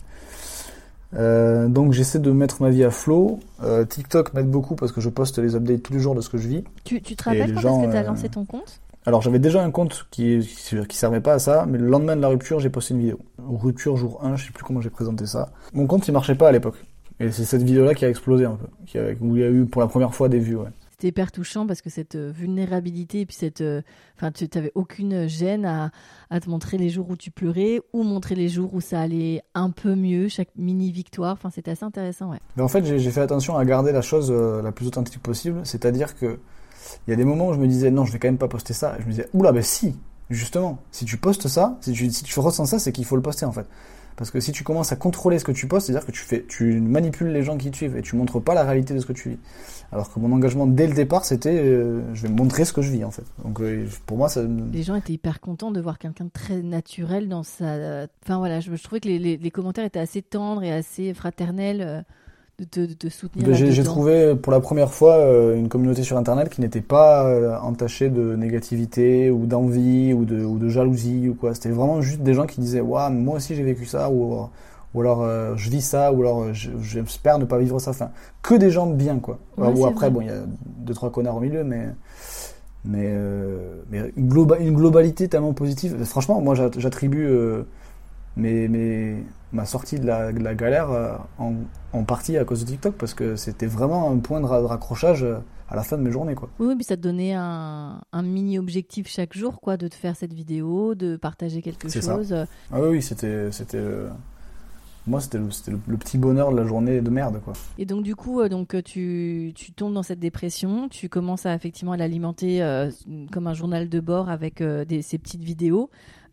Euh, donc j'essaie de mettre ma vie à flot. Euh, TikTok m'aide beaucoup parce que je poste les updates tous les jours de ce que je vis. Tu, tu te rappelles quand est-ce que tu as lancé ton compte ? Alors j'avais déjà un compte qui, qui qui servait pas à ça, mais le lendemain de la rupture, j'ai posté une vidéo. Rupture jour un, je sais plus comment j'ai présenté ça. Mon compte il marchait pas à l'époque. Et c'est cette vidéo-là qui a explosé un peu, qui a, où il y a eu pour la première fois des vues, ouais. C'était hyper touchant parce que cette vulnérabilité et puis cette, enfin, tu n'avais aucune gêne à, à te montrer les jours où tu pleurais ou montrer les jours où ça allait un peu mieux, chaque mini victoire. Enfin, c'était assez intéressant, ouais. Mais en fait, j'ai, j'ai fait attention à garder la chose euh, la plus authentique possible, c'est-à-dire que il y a des moments où je me disais non, je vais quand même pas poster ça. Et je me disais oula, ben si, justement, si tu postes ça, si tu, si tu ressens ça, c'est qu'il faut le poster en fait. Parce que si tu commences à contrôler ce que tu postes, c'est-à-dire que tu fais, tu manipules les gens qui te suivent et tu montres pas la réalité de ce que tu vis. Alors que mon engagement dès le départ, c'était, euh, je vais montrer ce que je vis en fait. Donc euh, pour moi, ça. Les gens étaient hyper contents de voir quelqu'un de très naturel dans sa. Enfin voilà, je, je trouvais que les, les, les commentaires étaient assez tendres et assez fraternels. de te, de te soutenir. Ben, j'ai, j'ai trouvé pour la première fois euh, une communauté sur Internet qui n'était pas euh, entachée de négativité ou d'envie ou de, ou de jalousie ou quoi. C'était vraiment juste des gens qui disaient « Waouh, moi aussi j'ai vécu ça » ou, ou alors euh, « Je vis ça » ou alors je, « J'espère ne pas vivre ça ». Enfin, que des gens bien, quoi. Ouais, ou après, vrai. Bon, il y a deux, trois connards au milieu, mais... Mais, euh, mais une, globa, une globalité tellement positive. Franchement, moi j'attribue euh, mes, mes, ma sortie de la, de la galère euh, en, en partie à cause de TikTok, parce que c'était vraiment un point de raccrochage à la fin de mes journées, quoi. Oui, puis ça te donnait un, un mini objectif chaque jour, quoi, de te faire cette vidéo, de partager quelque C'est chose. Ça. Ah oui, oui, c'était... c'était euh... Moi, c'était, le, c'était le, le petit bonheur de la journée de merde, quoi. Et donc, du coup, euh, donc, tu, tu tombes dans cette dépression, tu commences à, effectivement, à l'alimenter euh, comme un journal de bord avec euh, des, ces petites vidéos.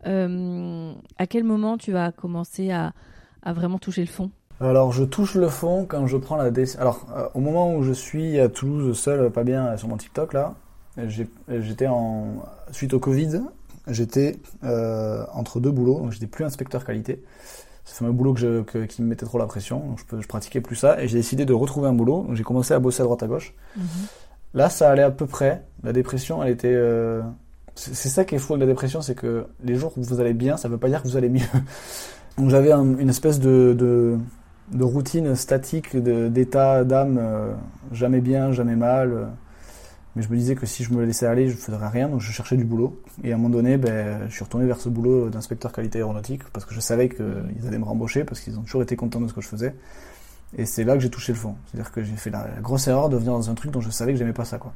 Euh, à quel moment tu vas commencer à, à vraiment toucher le fond ? Alors, je touche le fond quand je prends la décision... Alors, euh, au moment où je suis à Toulouse, seul, pas bien, sur mon TikTok, là, j'ai, j'étais en... Suite au Covid, j'étais euh, entre deux boulots, donc j'étais plus inspecteur qualité. Ce fameux boulot que je, que, qui me mettait trop la pression, donc je, je pratiquais plus ça, et j'ai décidé de retrouver un boulot, donc j'ai commencé à bosser à droite à gauche. Mmh. Là, ça allait à peu près, la dépression, elle était... Euh... C'est, c'est ça qui est fou avec la dépression, c'est que les jours où vous allez bien, ça veut pas dire que vous allez mieux. Donc j'avais un, une espèce de, de, de routine statique, de, d'état d'âme, euh, jamais bien, jamais mal, euh, mais je me disais que si je me laissais aller, je ne ferais rien, donc je cherchais du boulot. Et à un moment donné, ben, je suis retourné vers ce boulot d'inspecteur qualité aéronautique, parce que je savais qu'ils allaient me rembaucher, parce qu'ils ont toujours été contents de ce que je faisais. Et c'est là que j'ai touché le fond. C'est-à-dire que j'ai fait la, la grosse erreur de venir dans un truc dont je savais que j'aimais pas ça, quoi.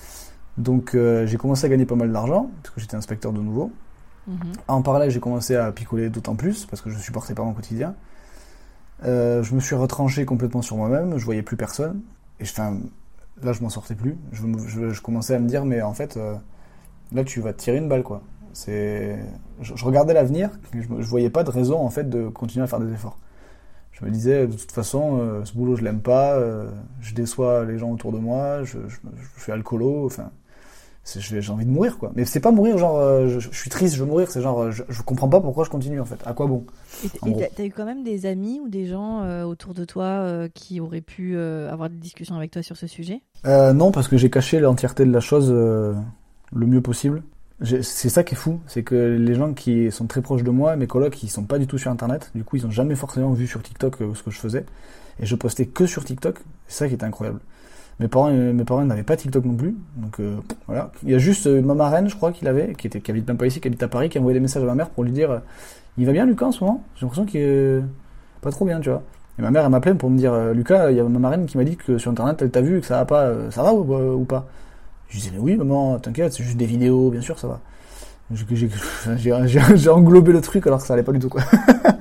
Donc euh, j'ai commencé à gagner pas mal d'argent, parce que j'étais inspecteur de nouveau. Mm-hmm. En parallèle, j'ai commencé à picoler d'autant plus, parce que je supportais pas mon quotidien. Euh, je me suis retranché complètement sur moi-même, je voyais plus personne. Et je, enfin, là, je m'en sortais plus. Je, je, je commençais à me dire, mais en fait, euh, là, tu vas te tirer une balle, quoi. C'est... Je, je regardais l'avenir, et je, je voyais pas de raison, en fait, de continuer à faire des efforts. Je me disais, de toute façon, euh, ce boulot, je l'aime pas, euh, je déçois les gens autour de moi, je, je, je suis alcoolo, enfin, c'est, j'ai envie de mourir, quoi. Mais c'est pas mourir, genre, euh, je, je suis triste, je veux mourir, c'est genre, je, je comprends pas pourquoi je continue, en fait. À quoi bon ? Et, et t'as, t'as eu quand même des amis ou des gens euh, autour de toi euh, qui auraient pu euh, avoir des discussions avec toi sur ce sujet ? euh, Non, parce que j'ai caché l'entièreté de la chose euh, le mieux possible. J'ai, c'est ça qui est fou, c'est que les gens qui sont très proches de moi, mes colocs, ils sont pas du tout sur Internet, du coup ils ont jamais forcément vu sur TikTok euh, ce que je faisais, et je postais que sur TikTok, c'est ça qui était incroyable. Mes parents, euh, mes parents n'avaient pas TikTok non plus, donc euh, voilà. Il y a juste euh, ma marraine, je crois qu'il avait, qui était, qui habite même pas ici, qui habite à Paris, qui a envoyé des messages à ma mère pour lui dire, euh, il va bien Lucas en ce moment ? J'ai l'impression qu'il est pas trop bien, tu vois. Et ma mère elle m'appelait pour me dire, euh, Lucas, il y a ma marraine qui m'a dit que sur Internet elle t'a vu et que ça va pas, euh, ça va ou, euh, ou pas ? Je disais, mais oui maman, t'inquiète, c'est juste des vidéos, bien sûr ça va. J'ai, j'ai, j'ai, j'ai englobé le truc alors que ça allait pas du tout, quoi.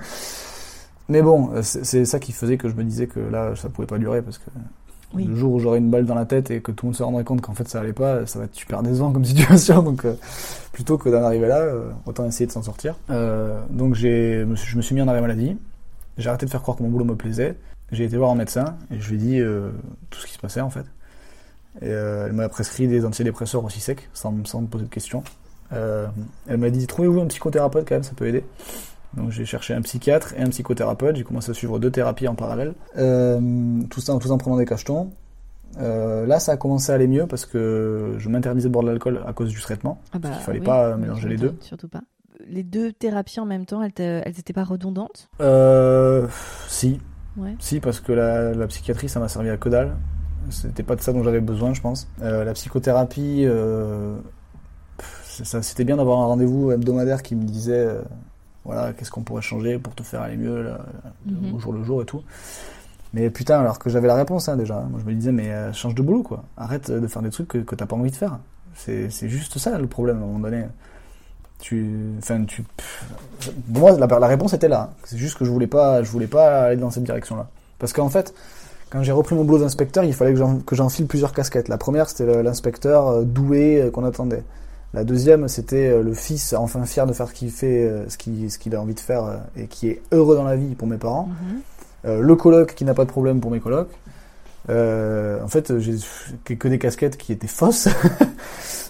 Mais bon, c'est, c'est ça qui faisait que je me disais que là, ça pouvait pas durer, parce que oui. Le jour où j'aurais une balle dans la tête et que tout le monde se rendrait compte qu'en fait ça allait pas, ça va être super décevant comme situation. Donc euh, plutôt que d'en arriver là, euh, autant essayer de s'en sortir. Euh, donc j'ai, je me suis mis en arrêt maladie. J'ai arrêté de faire croire que mon boulot me plaisait. J'ai été voir un médecin et je lui ai dit euh, tout ce qui se passait en fait. Et euh, elle m'a prescrit des antidépresseurs aussi secs, sans, sans me poser de questions. Euh, elle m'a dit, trouvez-vous un psychothérapeute quand même, ça peut aider. Donc j'ai cherché un psychiatre et un psychothérapeute, j'ai commencé à suivre deux thérapies en parallèle, euh, tout ça tout en prenant des cachetons. Euh, là ça a commencé à aller mieux parce que je m'interdisais de boire de l'alcool à cause du traitement, ah bah, parce qu'il fallait oui, pas mélanger les deux. Surtout pas. Les deux thérapies en même temps, elles, elles étaient pas redondantes ? Euh, si, ouais. Si parce que la, la psychiatrie ça m'a servi à que dalle. C'était pas de ça dont j'avais besoin, je pense. Euh, la psychothérapie, euh, ça, c'était bien d'avoir un rendez-vous hebdomadaire qui me disait, euh, voilà, qu'est-ce qu'on pourrait changer pour te faire aller mieux là, mm-hmm. au jour le jour et tout. Mais putain, alors que j'avais la réponse hein, déjà. Moi, je me disais, mais euh, change de boulot, quoi. Arrête de faire des trucs que, que t'as pas envie de faire. C'est, c'est juste ça le problème à un moment donné. Tu, enfin, tu. Pff, pour moi, la, la réponse était là. C'est juste que je voulais pas, je voulais pas aller dans cette direction-là. Parce qu'en fait. Quand j'ai repris mon boulot d'inspecteur, il fallait que, j'en, que j'enfile plusieurs casquettes. La première, c'était l'inspecteur doué qu'on attendait. La deuxième, c'était le fils enfin fier de faire ce qu'il fait, ce qu'il, ce qu'il a envie de faire et qui est heureux dans la vie pour mes parents. Mm-hmm. Euh, le coloc qui n'a pas de problème pour mes colocs. Euh, en fait, j'ai que des casquettes qui étaient fausses.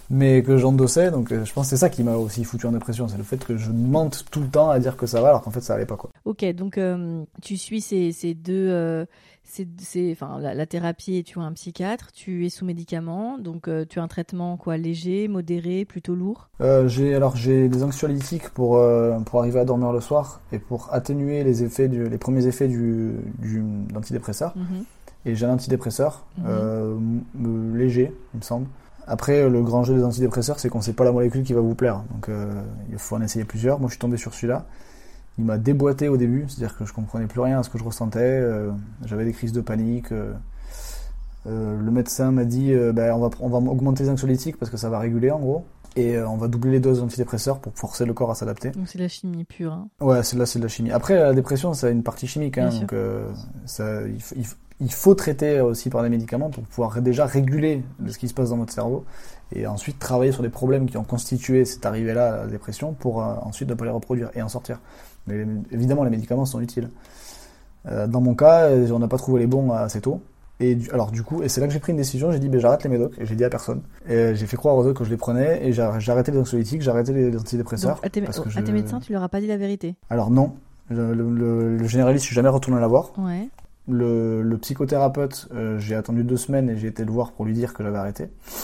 mais que j'endossais. Donc euh, je pense que c'est ça qui m'a aussi foutu en dépression, c'est le fait que je mente tout le temps à dire que ça va alors qu'en fait ça allait pas quoi. Ok, donc euh, tu suis ces, ces deux, euh, ces, ces, enfin la, la thérapie et tu as un psychiatre, tu es sous médicaments, donc euh, tu as un traitement quoi, léger, modéré, plutôt lourd. Euh, j'ai alors j'ai des anxiolytiques pour euh, pour arriver à dormir le soir et pour atténuer les effets du, les premiers effets du, du d'antidépresseur. Mm-hmm. Et j'ai un antidépresseur mm-hmm. euh, m- léger, il me semble. Après, le grand jeu des antidépresseurs, c'est qu'on sait pas la molécule qui va vous plaire. Donc, euh, il faut en essayer plusieurs. Moi, je suis tombé sur celui-là. Il m'a déboîté au début, c'est-à-dire que je comprenais plus rien à ce que je ressentais. Euh, j'avais des crises de panique. Euh, euh, le médecin m'a dit, euh, bah, on va on va augmenter les anxiolytiques parce que ça va réguler en gros, et euh, on va doubler les doses d'antidépresseurs pour forcer le corps à s'adapter. Donc c'est de la chimie pure. Hein. Ouais, c'est là, c'est de la chimie. Après, la dépression, ça a une partie chimique, hein, donc euh, ça, il, il, il faut traiter aussi par des médicaments pour pouvoir déjà réguler ce qui se passe dans votre cerveau. Et ensuite travailler sur les problèmes qui ont constitué cette arrivée-là à la dépression pour euh, ensuite ne pas les reproduire et en sortir. Mais évidemment, les médicaments sont utiles. Euh, dans mon cas, on n'a pas trouvé les bons assez tôt. Et du, alors du coup, et c'est là que j'ai pris une décision, j'ai dit ben, j'arrête les médocs, et j'ai dit à personne. Et j'ai fait croire aux autres que je les prenais, et j'ai, j'ai arrêté les anxiolytiques, j'ai arrêté les antidépresseurs. Donc à tes, parce que à je... tes médecins, tu leur as pas dit la vérité? Alors non, le, le, le, le généraliste, je suis jamais retourné la voir. Ouais. Le, le psychothérapeute, euh, j'ai attendu deux semaines et j'ai été le voir pour lui dire que j'avais arrêté.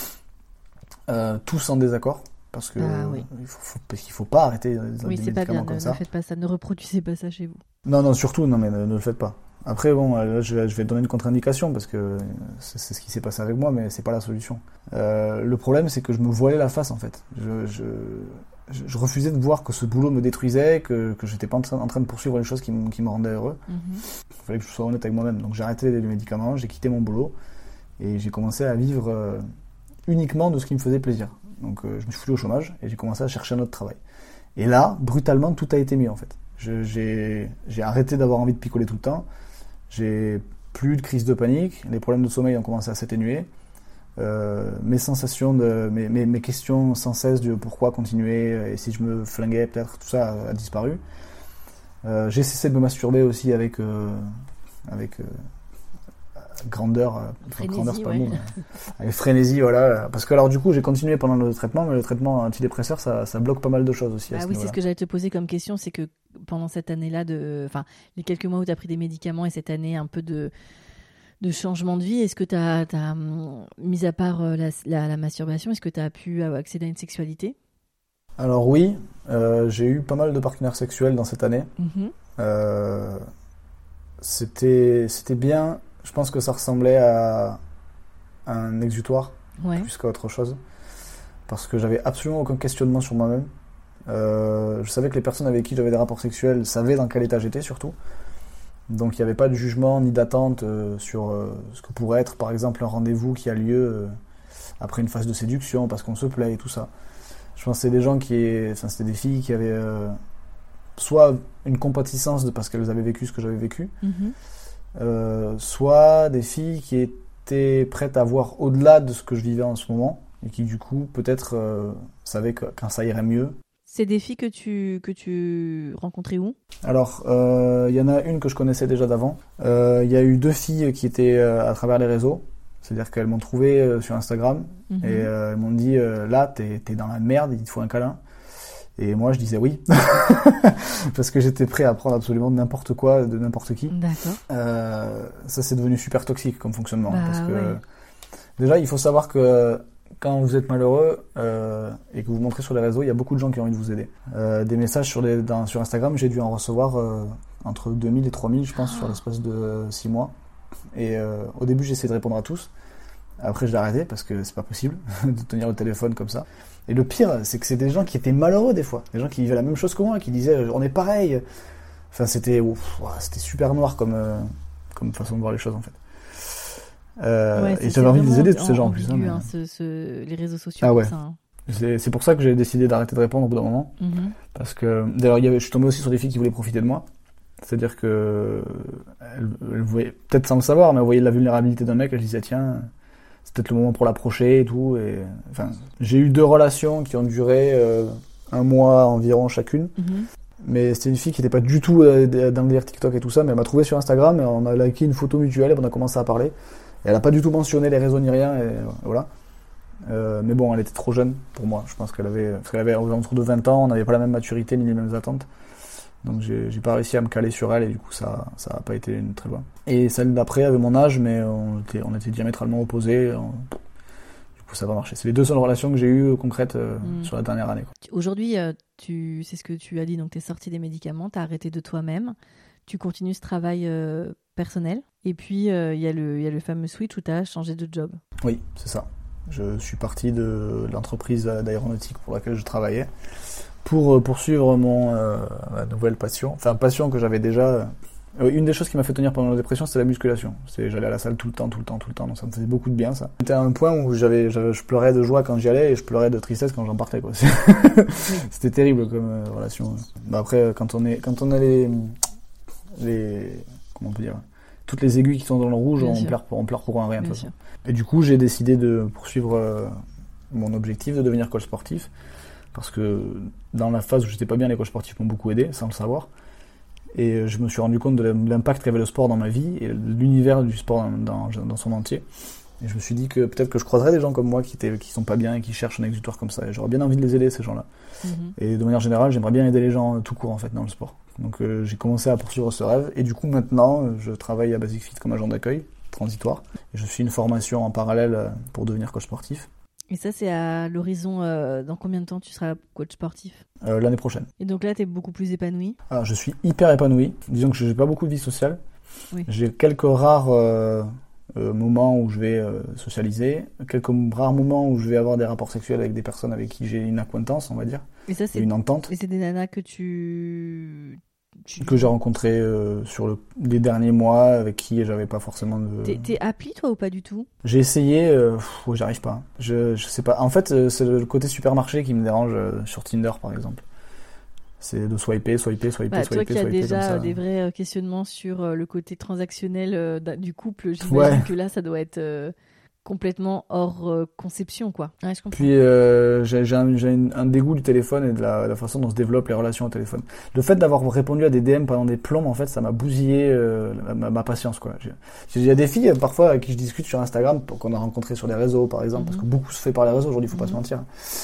Euh, tous en désaccord parce que ah, oui. il faut, faut, parce qu'il faut pas arrêter des, oui, des c'est médicaments pas bien, comme ne, ça. Ne faites pas ça, ne reproduisez pas ça chez vous. Non, non, surtout, non, mais ne, ne le faites pas. Après, bon, là, je vais, je vais donner une contre-indication parce que c'est, c'est ce qui s'est passé avec moi, mais c'est pas la solution. Euh, le problème, c'est que je me voilais la face en fait. Je, je, je, je refusais de voir que ce boulot me détruisait, que, que j'étais pas en train, en train de poursuivre les choses qui, m- qui me rendaient heureux. Mm-hmm. Il fallait que je sois honnête avec moi-même. Donc j'ai arrêté les médicaments, j'ai quitté mon boulot et j'ai commencé à vivre euh, uniquement de ce qui me faisait plaisir. Donc euh, je me suis foutu au chômage et j'ai commencé à chercher un autre travail. Et là, brutalement, tout a été mieux en fait. Je, j'ai, j'ai arrêté d'avoir envie de picoler tout le temps. J'ai plus de crise de panique. Les problèmes de sommeil ont commencé à s'atténuer. Euh, mes sensations, de, mes, mes, mes questions sans cesse de pourquoi continuer et si je me flinguais peut-être, tout ça a, a disparu. Euh, j'ai cessé de me masturber aussi avec, euh, avec euh, grandeur, frénésie, grandeur c'est pas le ouais. mot, avec frénésie, voilà. Parce que alors du coup j'ai continué pendant le traitement, mais le traitement antidépresseur ça, ça bloque pas mal de choses aussi. À ah ce oui, niveau-là. c'est ce que j'allais te poser comme question, c'est que pendant cette année-là, de, enfin les quelques mois où tu as pris des médicaments et cette année un peu de de changement de vie, est-ce que tu as, mis à part la, la, la masturbation, est-ce que tu as pu accéder à une sexualité? Alors oui, euh, j'ai eu pas mal de partenaires sexuels dans cette année. Mm-hmm. Euh, c'était, c'était bien. Je pense que ça ressemblait à un exutoire ouais. plus qu'à autre chose. Parce que j'avais absolument aucun questionnement sur moi-même. Euh, je savais que les personnes avec qui j'avais des rapports sexuels savaient dans quel état j'étais surtout. Donc il n'y avait pas de jugement ni d'attente euh, sur euh, ce que pourrait être par exemple un rendez-vous qui a lieu euh, après une phase de séduction parce qu'on se plaît et tout ça. Je pense que c'était des gens qui, enfin c'était des filles qui avaient euh, soit une compatissance de parce qu'elles avaient vécu ce que j'avais vécu, mm-hmm. euh, soit des filles qui étaient prêtes à voir au-delà de ce que je vivais en ce moment et qui du coup peut-être euh, savaient que quand ça irait mieux. C'est des filles que tu, que tu rencontrais où? Alors, il euh, y en a une que je connaissais déjà d'avant. Il euh, y a eu deux filles qui étaient euh, à travers les réseaux. C'est-à-dire qu'elles m'ont trouvé euh, sur Instagram. Mm-hmm. Et euh, elles m'ont dit, euh, là, t'es, t'es dans la merde, il te faut un câlin. Et moi, je disais oui. Parce que j'étais prêt à prendre absolument n'importe quoi de n'importe qui. D'accord. Euh, ça, c'est devenu super toxique comme fonctionnement. Bah, parce que, ouais. Déjà, il faut savoir que quand vous êtes malheureux euh, et que vous montrez sur les réseaux, il y a beaucoup de gens qui ont envie de vous aider. Euh, des messages sur, les, dans, sur Instagram, j'ai dû en recevoir euh, entre deux mille et trois mille, je pense, ah. sur l'espace de six mois. Et euh, au début, j'ai essayé de répondre à tous. Après, je l'ai arrêté parce que c'est pas possible de tenir le téléphone comme ça. Et le pire, c'est que c'est des gens qui étaient malheureux des fois. Des gens qui vivaient la même chose que moi, qui disaient « on est pareil ». Enfin, c'était, ouf, c'était super noir comme, euh, comme façon de voir les choses en fait. Euh, ouais, et j'avais envie de les aider tous ces gens en plus. Hein, mais... hein, ce, ce, les réseaux sociaux. Ah ouais. Ça, hein. c'est, c'est pour ça que j'ai décidé d'arrêter de répondre au bout d'un moment. Mm-hmm. Parce que d'ailleurs, il y avait, je suis tombé aussi sur des filles qui voulaient profiter de moi. C'est-à-dire que elles, elles voyaient, peut-être sans le savoir, mais elles voyaient la vulnérabilité d'un mec. Elles disaient tiens, c'est peut-être le moment pour l'approcher et tout. Et enfin, j'ai eu deux relations qui ont duré euh, un mois environ chacune. Mm-hmm. Mais c'était une fille qui n'était pas du tout euh, dans le délire TikTok et tout ça, mais elle m'a trouvé sur Instagram et on a liké une photo mutuelle et on a commencé à parler. Et elle n'a pas du tout mentionné les réseaux ni rien, et voilà. Euh, mais bon, elle était trop jeune pour moi. Je pense qu'elle avait, parce qu'elle avait autour de vingt ans, on n'avait pas la même maturité ni les mêmes attentes. Donc j'ai, j'ai pas réussi à me caler sur elle et du coup ça, ça a pas été une très loin. Et celle d'après avait mon âge, mais on était, on était diamétralement opposés. On... Du coup ça va marcher. C'est les deux seules relations que j'ai eues concrètes euh, mmh. sur la dernière année, quoi. Aujourd'hui, euh, tu, c'est ce que tu as dit, donc t'es sorti des médicaments, t'as arrêté de toi-même, tu continues ce travail euh, personnel, et puis il euh, y, y a le fameux switch où t'as changé de job. Oui, c'est ça. Je suis parti de l'entreprise d'aéronautique pour laquelle je travaillais pour poursuivre mon euh, ma nouvelle passion, enfin passion que j'avais déjà. Euh, une des choses qui m'a fait tenir pendant la dépression, c'était la musculation. C'est, j'allais à la salle tout le temps, tout le temps, tout le temps, donc ça me faisait beaucoup de bien, ça. C'était à un point où j'avais, j'avais, je pleurais de joie quand j'y allais et je pleurais de tristesse quand j'en partais, quoi. C'était terrible comme euh, relation. Bah après, quand on est, quand on a les, les, comment on peut dire, toutes les aiguilles qui sont dans le rouge, on pleure, pour, on pleure pour un rien, de toute façon. Et du coup, j'ai décidé de poursuivre euh, mon objectif de devenir coach sportif. Parce que dans la phase où j'étais pas bien, les coachs sportifs m'ont beaucoup aidé, sans le savoir. Et je me suis rendu compte de l'impact qu'avait le sport dans ma vie et l'univers du sport dans, dans, dans son entier. Et je me suis dit que peut-être que je croiserais des gens comme moi qui, étaient, qui sont pas bien et qui cherchent un exutoire comme ça. Et j'aurais bien envie de les aider, ces gens-là. Mm-hmm. Et de manière générale, j'aimerais bien aider les gens tout court, en fait, dans le sport. Donc euh, j'ai commencé à poursuivre ce rêve. Et du coup, maintenant, je travaille à Basic Fit comme agent d'accueil transitoire. Et je suis une formation en parallèle pour devenir coach sportif. Et ça, c'est à l'horizon, euh, dans combien de temps tu seras coach sportif ? euh, L'année prochaine. Et donc là, tu es beaucoup plus épanoui ? Alors, je suis hyper épanoui. Disons que je n'ai pas beaucoup de vie sociale. Oui. J'ai quelques rares euh, euh, moments où je vais euh, socialiser, quelques rares moments où je vais avoir des rapports sexuels avec des personnes avec qui j'ai une acquaintance, on va dire. Et ça, c'est une entente. Et c'est des nanas que tu... tu... que j'ai rencontrées euh, sur le, les derniers mois, avec qui j'avais pas forcément de... T'es, t'es appli, toi, ou pas du tout ? J'ai essayé, euh, pff, ouais, j'arrive pas. Je, je sais pas. En fait, euh, c'est le côté supermarché qui me dérange euh, sur Tinder, par exemple. C'est de swiper, swiper, swiper, bah, swiper, toi qui swiper, as déjà comme ça. des vrais questionnements sur euh, le côté transactionnel euh, du couple, j'imagine ouais. que là, ça doit être... Euh... complètement hors euh, conception, quoi. Ouais, je comprends. Puis euh, j'ai, j'ai, un, j'ai un dégoût du téléphone et de la, la façon dont se développent les relations au téléphone. Le fait d'avoir répondu à des D M pendant des plombs, en fait, ça m'a bousillé euh, ma, ma patience, quoi. Il y a des filles, parfois, avec qui je discute sur Instagram, qu'on a rencontrées sur les réseaux, par exemple, mm-hmm. parce que beaucoup se fait par les réseaux aujourd'hui, il faut mm-hmm. pas se mentir.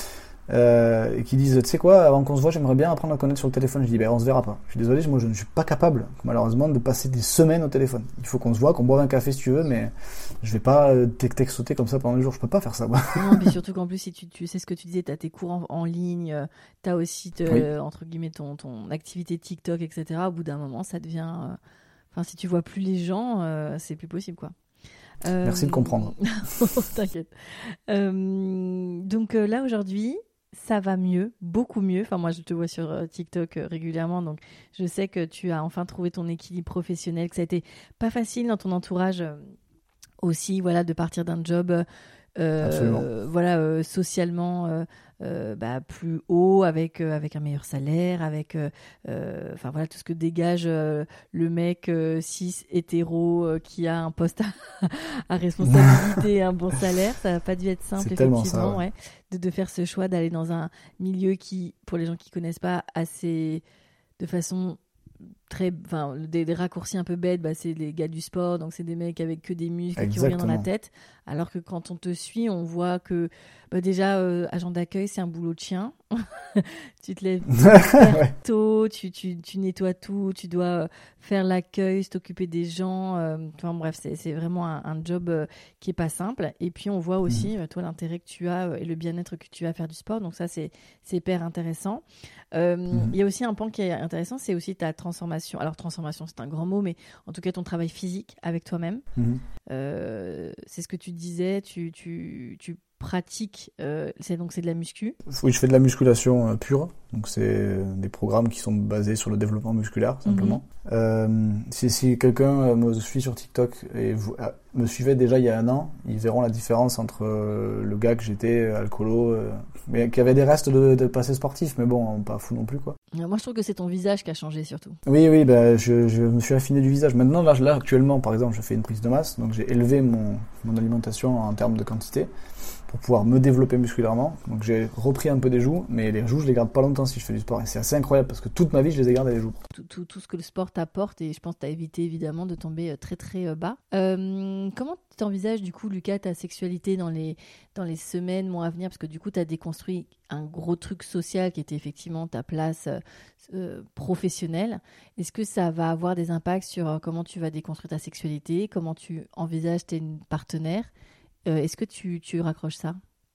Euh, et qui disent, tu sais quoi, avant qu'on se voit, j'aimerais bien apprendre à connaître sur le téléphone. Je dis, ben on se verra pas. Je suis désolé, moi je ne suis pas capable, malheureusement, de passer des semaines au téléphone. Il faut qu'on se voit, qu'on boive un café si tu veux, mais je vais pas textoter comme ça pendant le jour. Je peux pas faire ça, moi. Non, puis surtout qu'en plus, si tu, tu sais ce que tu disais, t'as tes cours en, en ligne, t'as aussi, te, oui. entre guillemets, ton, ton activité TikTok, et cetera. Au bout d'un moment, ça devient, enfin, euh, si tu vois plus les gens, euh, c'est plus possible, quoi. Euh... Merci de comprendre. T'inquiète. Euh, donc euh, là, aujourd'hui, ça va mieux, beaucoup mieux. Enfin, moi, je te vois sur euh, TikTok euh, régulièrement, donc je sais que tu as enfin trouvé ton équilibre professionnel, que ça a été pas facile dans ton entourage euh, aussi, voilà, de partir d'un job, euh, voilà, euh, socialement euh, euh, bah, plus haut, avec euh, avec un meilleur salaire, avec, enfin euh, euh, voilà, tout ce que dégage euh, le mec euh, cis hétéro euh, qui a un poste à, à responsabilité, et un bon salaire. Ça n'a pas dû être simple, c'est effectivement, ça, ouais. Ouais, de, de faire ce choix d'aller dans un milieu qui, pour les gens qui connaissent pas, assez de façon très, enfin, des, des raccourcis un peu bêtes, bah, c'est les gars du sport, donc c'est des mecs avec que des muscles qui ont rien dans la tête, alors que quand on te suit, on voit que bah, déjà, euh, agent d'accueil, c'est un boulot de chien. Tu te lèves hyper tôt, tu, tu, tu nettoies tout, tu dois faire l'accueil, t'occuper des gens, euh, enfin bref, c'est, c'est vraiment un, un job euh, qui est pas simple. Et puis on voit aussi, mmh. toi, l'intérêt que tu as euh, et le bien-être que tu as à faire du sport, donc ça, c'est, c'est hyper intéressant. Euh, mmh. Il y a aussi un pan qui est intéressant, c'est aussi ta transformation. Alors transformation, c'est un grand mot, mais en tout cas ton travail physique avec toi-même. Mmh. Euh, c'est ce que tu disais, tu, tu, tu pratiques, euh, c'est, donc c'est de la muscu. Oui, je fais de la musculation euh, pure, donc c'est des programmes qui sont basés sur le développement musculaire, simplement. Mmh. Euh, si, si quelqu'un me suit sur TikTok et vous, euh, me suivait déjà il y a un an, ils verront la différence entre euh, le gars que j'étais, alcoolo, euh, mais qui avait des restes de, de passé sportif, mais bon, pas fou non plus, quoi. Moi, je trouve que c'est ton visage qui a changé, surtout. Oui, oui, bah, je, je me suis affiné du visage. Maintenant, là, là, actuellement, par exemple, je fais une prise de masse, donc j'ai élevé mon, mon alimentation en termes de quantité pour pouvoir me développer musculairement. Donc j'ai repris un peu des joues, mais les joues, je les garde pas longtemps temps si je fais du sport. Et c'est assez incroyable parce que toute ma vie, je les ai gardés les jours. Tout, tout, tout ce que le sport t'apporte, et je pense que tu as évité évidemment de tomber très très bas. Euh, comment tu envisages du coup, Lucas, ta sexualité dans les, dans les semaines, mois à venir? Parce que du coup, tu as déconstruit un gros truc social qui était effectivement ta place euh, professionnelle. Est-ce que ça va avoir des impacts sur euh, comment tu vas déconstruire ta sexualité, comment tu envisages tes partenaires? euh, Est-ce que tu, tu raccroches ça?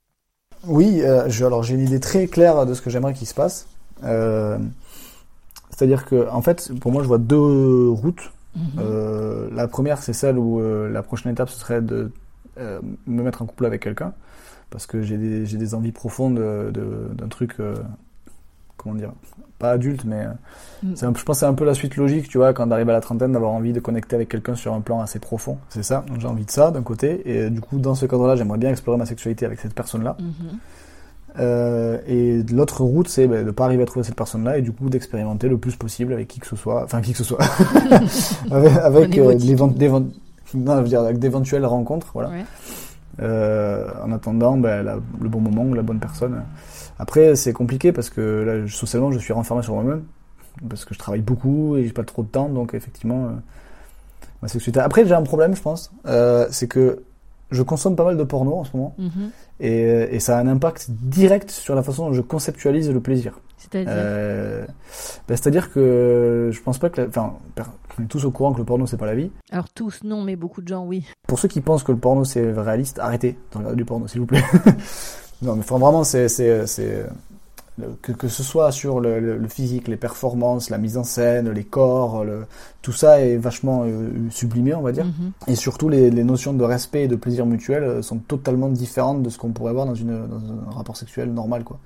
Oui, euh, je, alors j'ai une idée très claire de ce que j'aimerais qu'il se passe. Euh, c'est-à-dire que, en fait, pour moi, je vois deux routes. Mmh. Euh, la première, c'est celle où euh, la prochaine étape, ce serait de euh, me mettre en couple avec quelqu'un, parce que j'ai des, j'ai des envies profondes de, de, d'un truc, euh, comment dire, pas adulte, mais mmh. c'est un, je pense que c'est un peu la suite logique, tu vois, quand on arrive à la trentaine, d'avoir envie de connecter avec quelqu'un sur un plan assez profond. C'est ça, donc j'ai envie de ça d'un côté, et du coup, dans ce cadre-là, j'aimerais bien explorer ma sexualité avec cette personne-là. Mmh. Euh, et l'autre route, c'est bah, de pas arriver à trouver cette personne-là et du coup d'expérimenter le plus possible avec qui que ce soit, enfin qui que ce soit, avec, avec, euh, d'évent... non, je veux dire, avec d'éventuelles rencontres, voilà. Ouais. Euh, en attendant bah, la, le bon moment ou la bonne personne. Après, c'est compliqué parce que là, socialement, je suis renfermé sur moi-même parce que je travaille beaucoup et j'ai pas trop de temps, donc effectivement, euh, ma sexualité. Après, j'ai un problème, je pense, euh, c'est que je consomme pas mal de porno en ce moment, mmh. et, et ça a un impact direct sur la façon dont je conceptualise le plaisir. C'est-à-dire euh, ben c'est-à-dire que je pense pas que... La, enfin, on est tous au courant que le porno, c'est pas la vie. Alors tous, non, mais beaucoup de gens, oui. Pour ceux qui pensent que le porno, c'est réaliste, arrêtez de regarder du porno, s'il vous plaît. Non, mais enfin, vraiment, c'est... c'est, c'est que, que ce soit sur le, le, le physique, les performances, la mise en scène, les corps, le, tout ça est vachement euh, sublimé, on va dire. Mm-hmm. Et surtout, les, les notions de respect et de plaisir mutuel euh, sont totalement différentes de ce qu'on pourrait avoir dans, une, dans un rapport sexuel normal, quoi.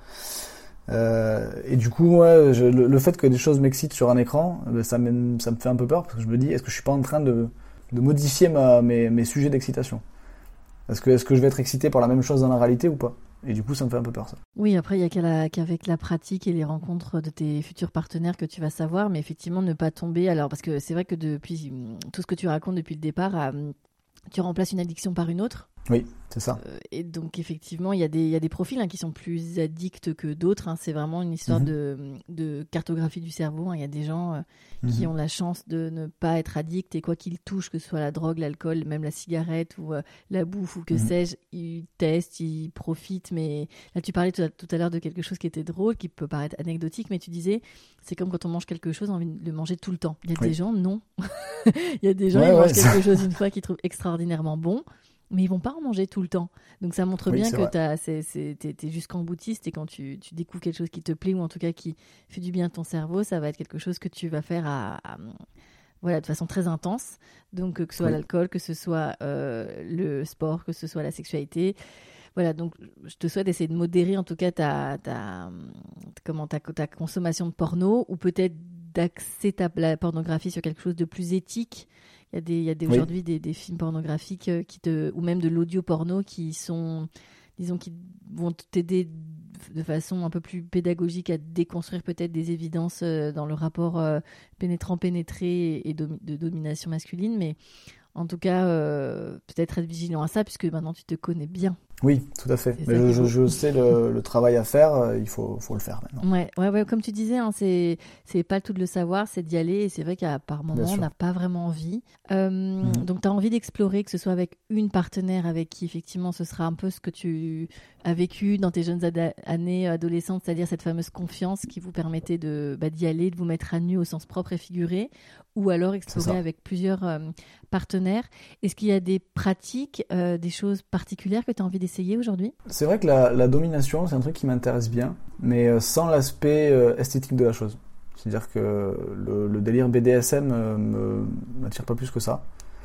Euh, et du coup, ouais, je, le, le fait que des choses m'excitent sur un écran, euh, ça, me, ça me fait un peu peur, parce que je me dis, est-ce que je suis pas en train de, de modifier ma, mes, mes sujets d'excitation? Est-ce que, est-ce que je vais être excité par la même chose dans la réalité ou pas? Et du coup, ça me fait un peu peur, ça. Oui, après, il n'y a qu'à la, qu'avec la pratique et les rencontres de tes futurs partenaires que tu vas savoir, mais effectivement, ne pas tomber. Alors, parce que c'est vrai que depuis tout ce que tu racontes depuis le départ, euh, tu remplaces une addiction par une autre. Oui, c'est ça. Euh, et donc, effectivement, il y a des, il y a des profils hein, qui sont plus addicts que d'autres. Hein. C'est vraiment une histoire mmh. de, de cartographie du cerveau. Hein. Il y a des gens euh, mmh. qui ont la chance de ne pas être addicts et quoi qu'ils touchent, que ce soit la drogue, l'alcool, même la cigarette ou euh, la bouffe ou que mmh. sais-je, ils testent, ils profitent. Mais là, tu parlais tout à, tout à l'heure de quelque chose qui était drôle, qui peut paraître anecdotique, mais tu disais, c'est comme quand on mange quelque chose, on a envie de le manger tout le temps. Il y a oui. des gens, non. Il y a des gens, ouais, ils ouais, mangent quelque chose une fois qu'ils trouvent extraordinairement bon. Mais ils vont pas en manger tout le temps. Donc ça montre oui, bien que t'as, c'est, c'est, t'es, t'es jusqu'en boutiste et quand tu, tu découvres quelque chose qui te plaît ou en tout cas qui fait du bien à ton cerveau, ça va être quelque chose que tu vas faire à, à, voilà, de façon très intense. Donc que ce soit oui. l'alcool, que ce soit euh, le sport, que ce soit la sexualité. Voilà, donc je te souhaite d'essayer de modérer en tout cas ta, ta, comment, ta, ta consommation de porno ou peut-être d'axer ta, la pornographie sur quelque chose de plus éthique. Il y a, des, il y a des, oui. aujourd'hui des, des films pornographiques qui te, ou même de l'audio porno qui sont, disons, qui vont t'aider de façon un peu plus pédagogique à déconstruire peut-être des évidences dans le rapport euh, pénétrant-pénétré et dom- de domination masculine. Mais en tout cas, euh, peut-être être vigilant à ça puisque maintenant tu te connais bien. Oui, tout à fait. Mais je, je, je sais le, le travail à faire, il faut, faut le faire maintenant. Ouais, ouais, ouais, comme tu disais, hein, c'est, c'est pas le tout de le savoir, c'est d'y aller. Et c'est vrai qu'à par moment, on n'a pas vraiment envie. Euh, mmh. Donc, tu as envie d'explorer, que ce soit avec une partenaire avec qui, effectivement, ce sera un peu ce que tu as vécu dans tes jeunes ad- années adolescentes, c'est-à-dire cette fameuse confiance qui vous permettait de, bah, d'y aller, de vous mettre à nu au sens propre et figuré, ou alors explorer avec plusieurs euh, partenaires. Est-ce qu'il y a des pratiques, euh, des choses particulières que tu as envie d'essayer aujourd'hui? C'est vrai que la, la domination, c'est un truc qui m'intéresse bien, mais euh, sans l'aspect euh, esthétique de la chose. C'est-à-dire que le, le délire B D S M euh, me m'attire pas plus que ça.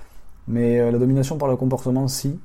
Mais euh, la domination par le comportement, si.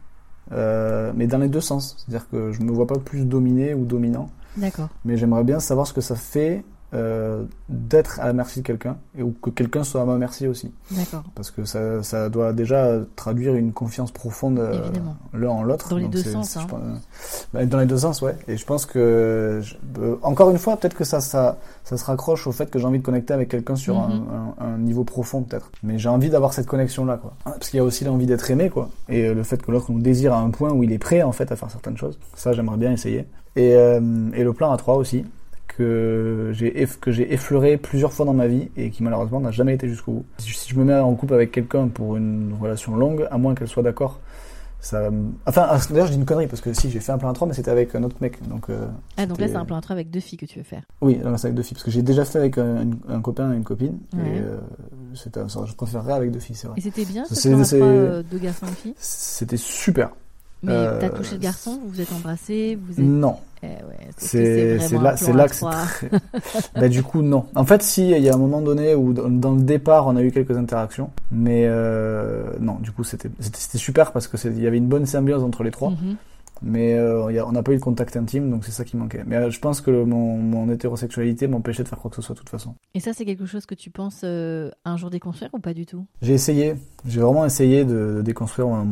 Euh, mais dans les deux sens. C'est-à-dire que je me vois pas plus dominé ou dominant. D'accord. Mais j'aimerais bien savoir ce que ça fait euh, d'être à la merci de quelqu'un et ou que quelqu'un soit à ma merci aussi. D'accord. Parce que ça, ça doit déjà traduire une confiance profonde euh, l'un en l'autre. Dans les donc deux c'est, sens. c'est, Hein. Pense, bah, dans les deux sens, ouais. Et je pense que je, euh, encore une fois, peut-être que ça, ça, ça se raccroche au fait que j'ai envie de connecter avec quelqu'un sur mm-hmm. un, un, un niveau profond, peut-être. Mais j'ai envie d'avoir cette connexion-là, quoi. Parce qu'il y a aussi l'envie d'être aimé, quoi. Et euh, le fait que l'autre nous désire à un point où il est prêt, en fait, à faire certaines choses. Ça, j'aimerais bien essayer. Et, euh, et le plan à trois aussi. que j'ai eff- que j'ai effleuré plusieurs fois dans ma vie et qui malheureusement n'a jamais été jusqu'au bout. Si, si je me mets en couple avec quelqu'un pour une relation longue, à moins qu'elle soit d'accord, ça. Enfin, d'ailleurs, je dis une connerie parce que si j'ai fait un plan à trois, mais c'était avec un autre mec. Donc. Euh, ah donc là c'est un plan à trois avec deux filles que tu veux faire. Oui, là c'est avec deux filles parce que j'ai déjà fait avec un, un copain et une copine. Ouais. Et euh, c'était, je préférerais avec deux filles, c'est vrai. Et c'était bien ce c'est, plan à c'est, trois, euh, deux garçons et une fille. C'était super. Mais euh, t'as touché le garçon, vous vous êtes embrassés, vous êtes... Non. Eh ouais, c'est, c'est, c'est là, c'est là que c'est très... bah, du coup, non. En fait, si, il y a un moment donné où, dans le départ, on a eu quelques interactions, mais euh, non, du coup, c'était, c'était, c'était super parce que c'est, il y avait une bonne symbiose entre les trois, mm-hmm. mais euh, y a, on n'a pas eu de contact intime, donc c'est ça qui manquait. Mais euh, je pense que le, mon, mon hétérosexualité m'empêchait de faire quoi que ce soit, de toute façon. Et ça, c'est quelque chose que tu penses euh, un jour déconstruire ou pas du tout ? J'ai essayé, j'ai vraiment essayé de, de déconstruire un...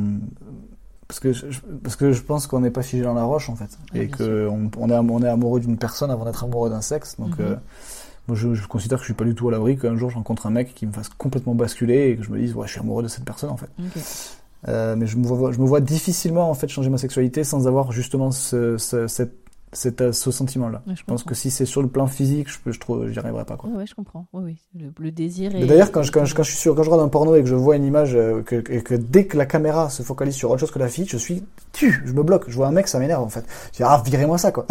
Parce que, je, parce que je pense qu'on n'est pas figé dans la roche, en fait. Ah, et qu'on on est, on est amoureux d'une personne avant d'être amoureux d'un sexe. Donc, mm-hmm. euh, moi, je, je considère que je suis pas du tout à l'abri qu'un jour je rencontre un mec qui me fasse complètement basculer et que je me dise, ouais, je suis amoureux de cette personne, en fait. Okay. Euh, mais je me vois, je me vois difficilement, en fait, changer ma sexualité sans avoir justement ce, ce, cette, cette, ce sentiment-là. Ouais, je, je pense que si c'est sur le plan physique, je peux, je trouve, j'y arriverai pas, quoi. Ouais, ouais, je comprends. Oui, oui. Le, le désir est... Mais d'ailleurs, quand je, quand je, quand je suis sur, quand je regarde un porno et que je vois une image, euh, que, que, que dès que la caméra se focalise sur autre chose que la fille, je suis, tu, je me bloque. Je vois un mec, ça m'énerve, en fait. Je dis, ah, virez-moi ça, quoi.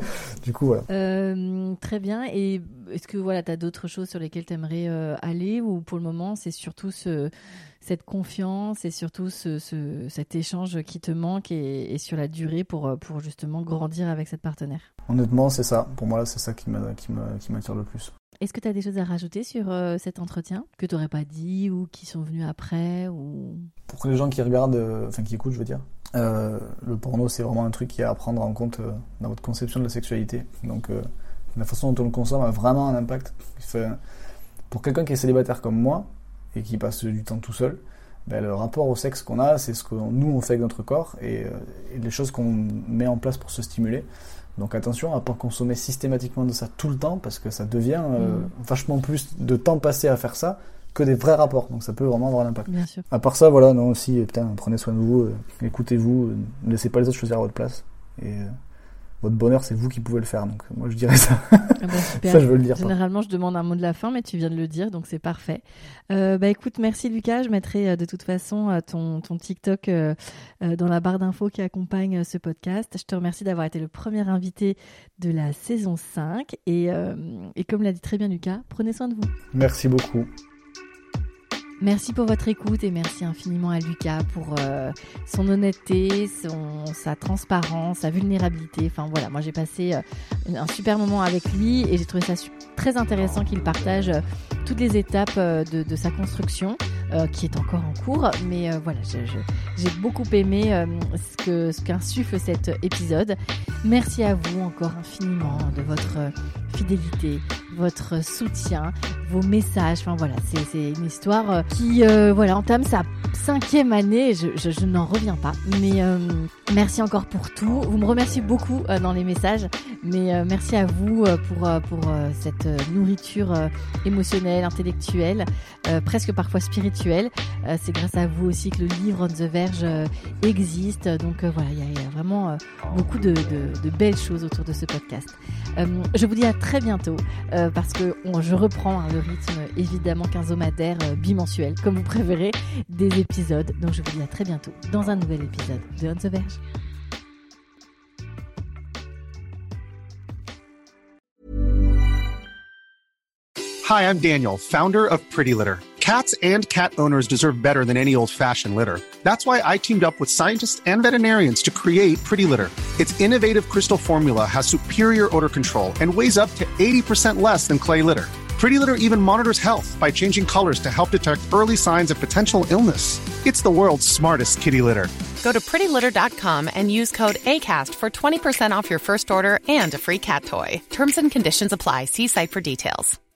Du coup, voilà. Euh, très bien. Et est-ce que, voilà, t'as d'autres choses sur lesquelles t'aimerais euh, aller, ou pour le moment, c'est surtout ce, cette confiance et surtout ce, ce, cet échange qui te manque et, et sur la durée pour, pour justement grandir avec cette partenaire? Honnêtement, c'est ça. Pour moi, là, c'est ça qui, m'a, qui, m'a, qui m'attire le plus. Est-ce que tu as des choses à rajouter sur euh, cet entretien que tu n'aurais pas dit ou qui sont venus après ou... Pour les gens qui regardent, euh, enfin qui écoutent, je veux dire, euh, le porno, c'est vraiment un truc qui est à prendre en compte euh, dans votre conception de la sexualité. Donc, euh, la façon dont on le consomme a vraiment un impact. Fait, pour quelqu'un qui est célibataire comme moi et qui passe du temps tout seul, ben, le rapport au sexe qu'on a, c'est ce que nous, on fait avec notre corps et, euh, et les choses qu'on met en place pour se stimuler. Donc attention à ne pas consommer systématiquement de ça tout le temps parce que ça devient euh, mmh. vachement plus de temps passé à faire ça que des vrais rapports. Donc ça peut vraiment avoir un impact. Bien sûr. À part ça, voilà, non, aussi, putain, prenez soin de vous, euh, écoutez-vous, euh, ne laissez pas les autres choisir à votre place. Et euh, votre bonheur, c'est vous qui pouvez le faire. Donc moi, je dirais ça. Ah bah, super. Ça, je veux le dire. Généralement, je demande un mot de la fin, mais tu viens de le dire, donc c'est parfait. Euh, bah écoute, merci Lucas. Je mettrai euh, de toute façon euh, ton, ton TikTok euh, euh, dans la barre d'infos qui accompagne euh, ce podcast. Je te remercie d'avoir été le premier invité de la saison cinq. Et, euh, et comme l'a dit très bien Lucas, prenez soin de vous. Merci beaucoup. Merci pour votre écoute et merci infiniment à Lucas pour euh, son honnêteté, son, sa transparence, sa vulnérabilité. Enfin voilà, moi j'ai passé euh, un super moment avec lui et j'ai trouvé ça su- très intéressant qu'il partage euh, toutes les étapes euh, de, de sa construction euh, qui est encore en cours. Mais euh, voilà, je, je, j'ai beaucoup aimé euh, ce, que, ce qu'insuffle cet épisode. Merci à vous encore infiniment de votre euh, fidélité, votre soutien, vos messages. Enfin voilà, c'est, c'est une histoire euh, qui euh, voilà, entame sa cinquième année. Je, je, je n'en reviens pas. Mais euh, merci encore pour tout. Vous me remerciez beaucoup euh, dans les messages. Mais euh, merci à vous euh, pour, euh, pour euh, cette euh, nourriture euh, émotionnelle, intellectuelle, euh, presque parfois spirituelle. Euh, c'est grâce à vous aussi que le livre On the Verge euh, existe. Donc euh, voilà, il y, y a vraiment euh, beaucoup de, de, de belles choses autour de ce podcast. Euh, je vous dis à très bientôt euh, parce que on, je reprends hein, le rythme évidemment quinzomadaire, euh, bimensuel, comme vous préférez, des épisodes. Donc je vous dis à très bientôt dans un nouvel épisode de On the Verge. Hi, I'm Daniel, founder of Pretty Litter. Cats and cat owners deserve better than any old-fashioned litter. That's why I teamed up with scientists and veterinarians to create Pretty Litter. Its innovative crystal formula has superior odor control and weighs up to eighty percent less than clay litter. Pretty Litter even monitors health by changing colors to help detect early signs of potential illness. It's the world's smartest kitty litter. Go to pretty litter dot com and use code ACAST for twenty percent off your first order and a free cat toy. Terms and conditions apply. See site for details.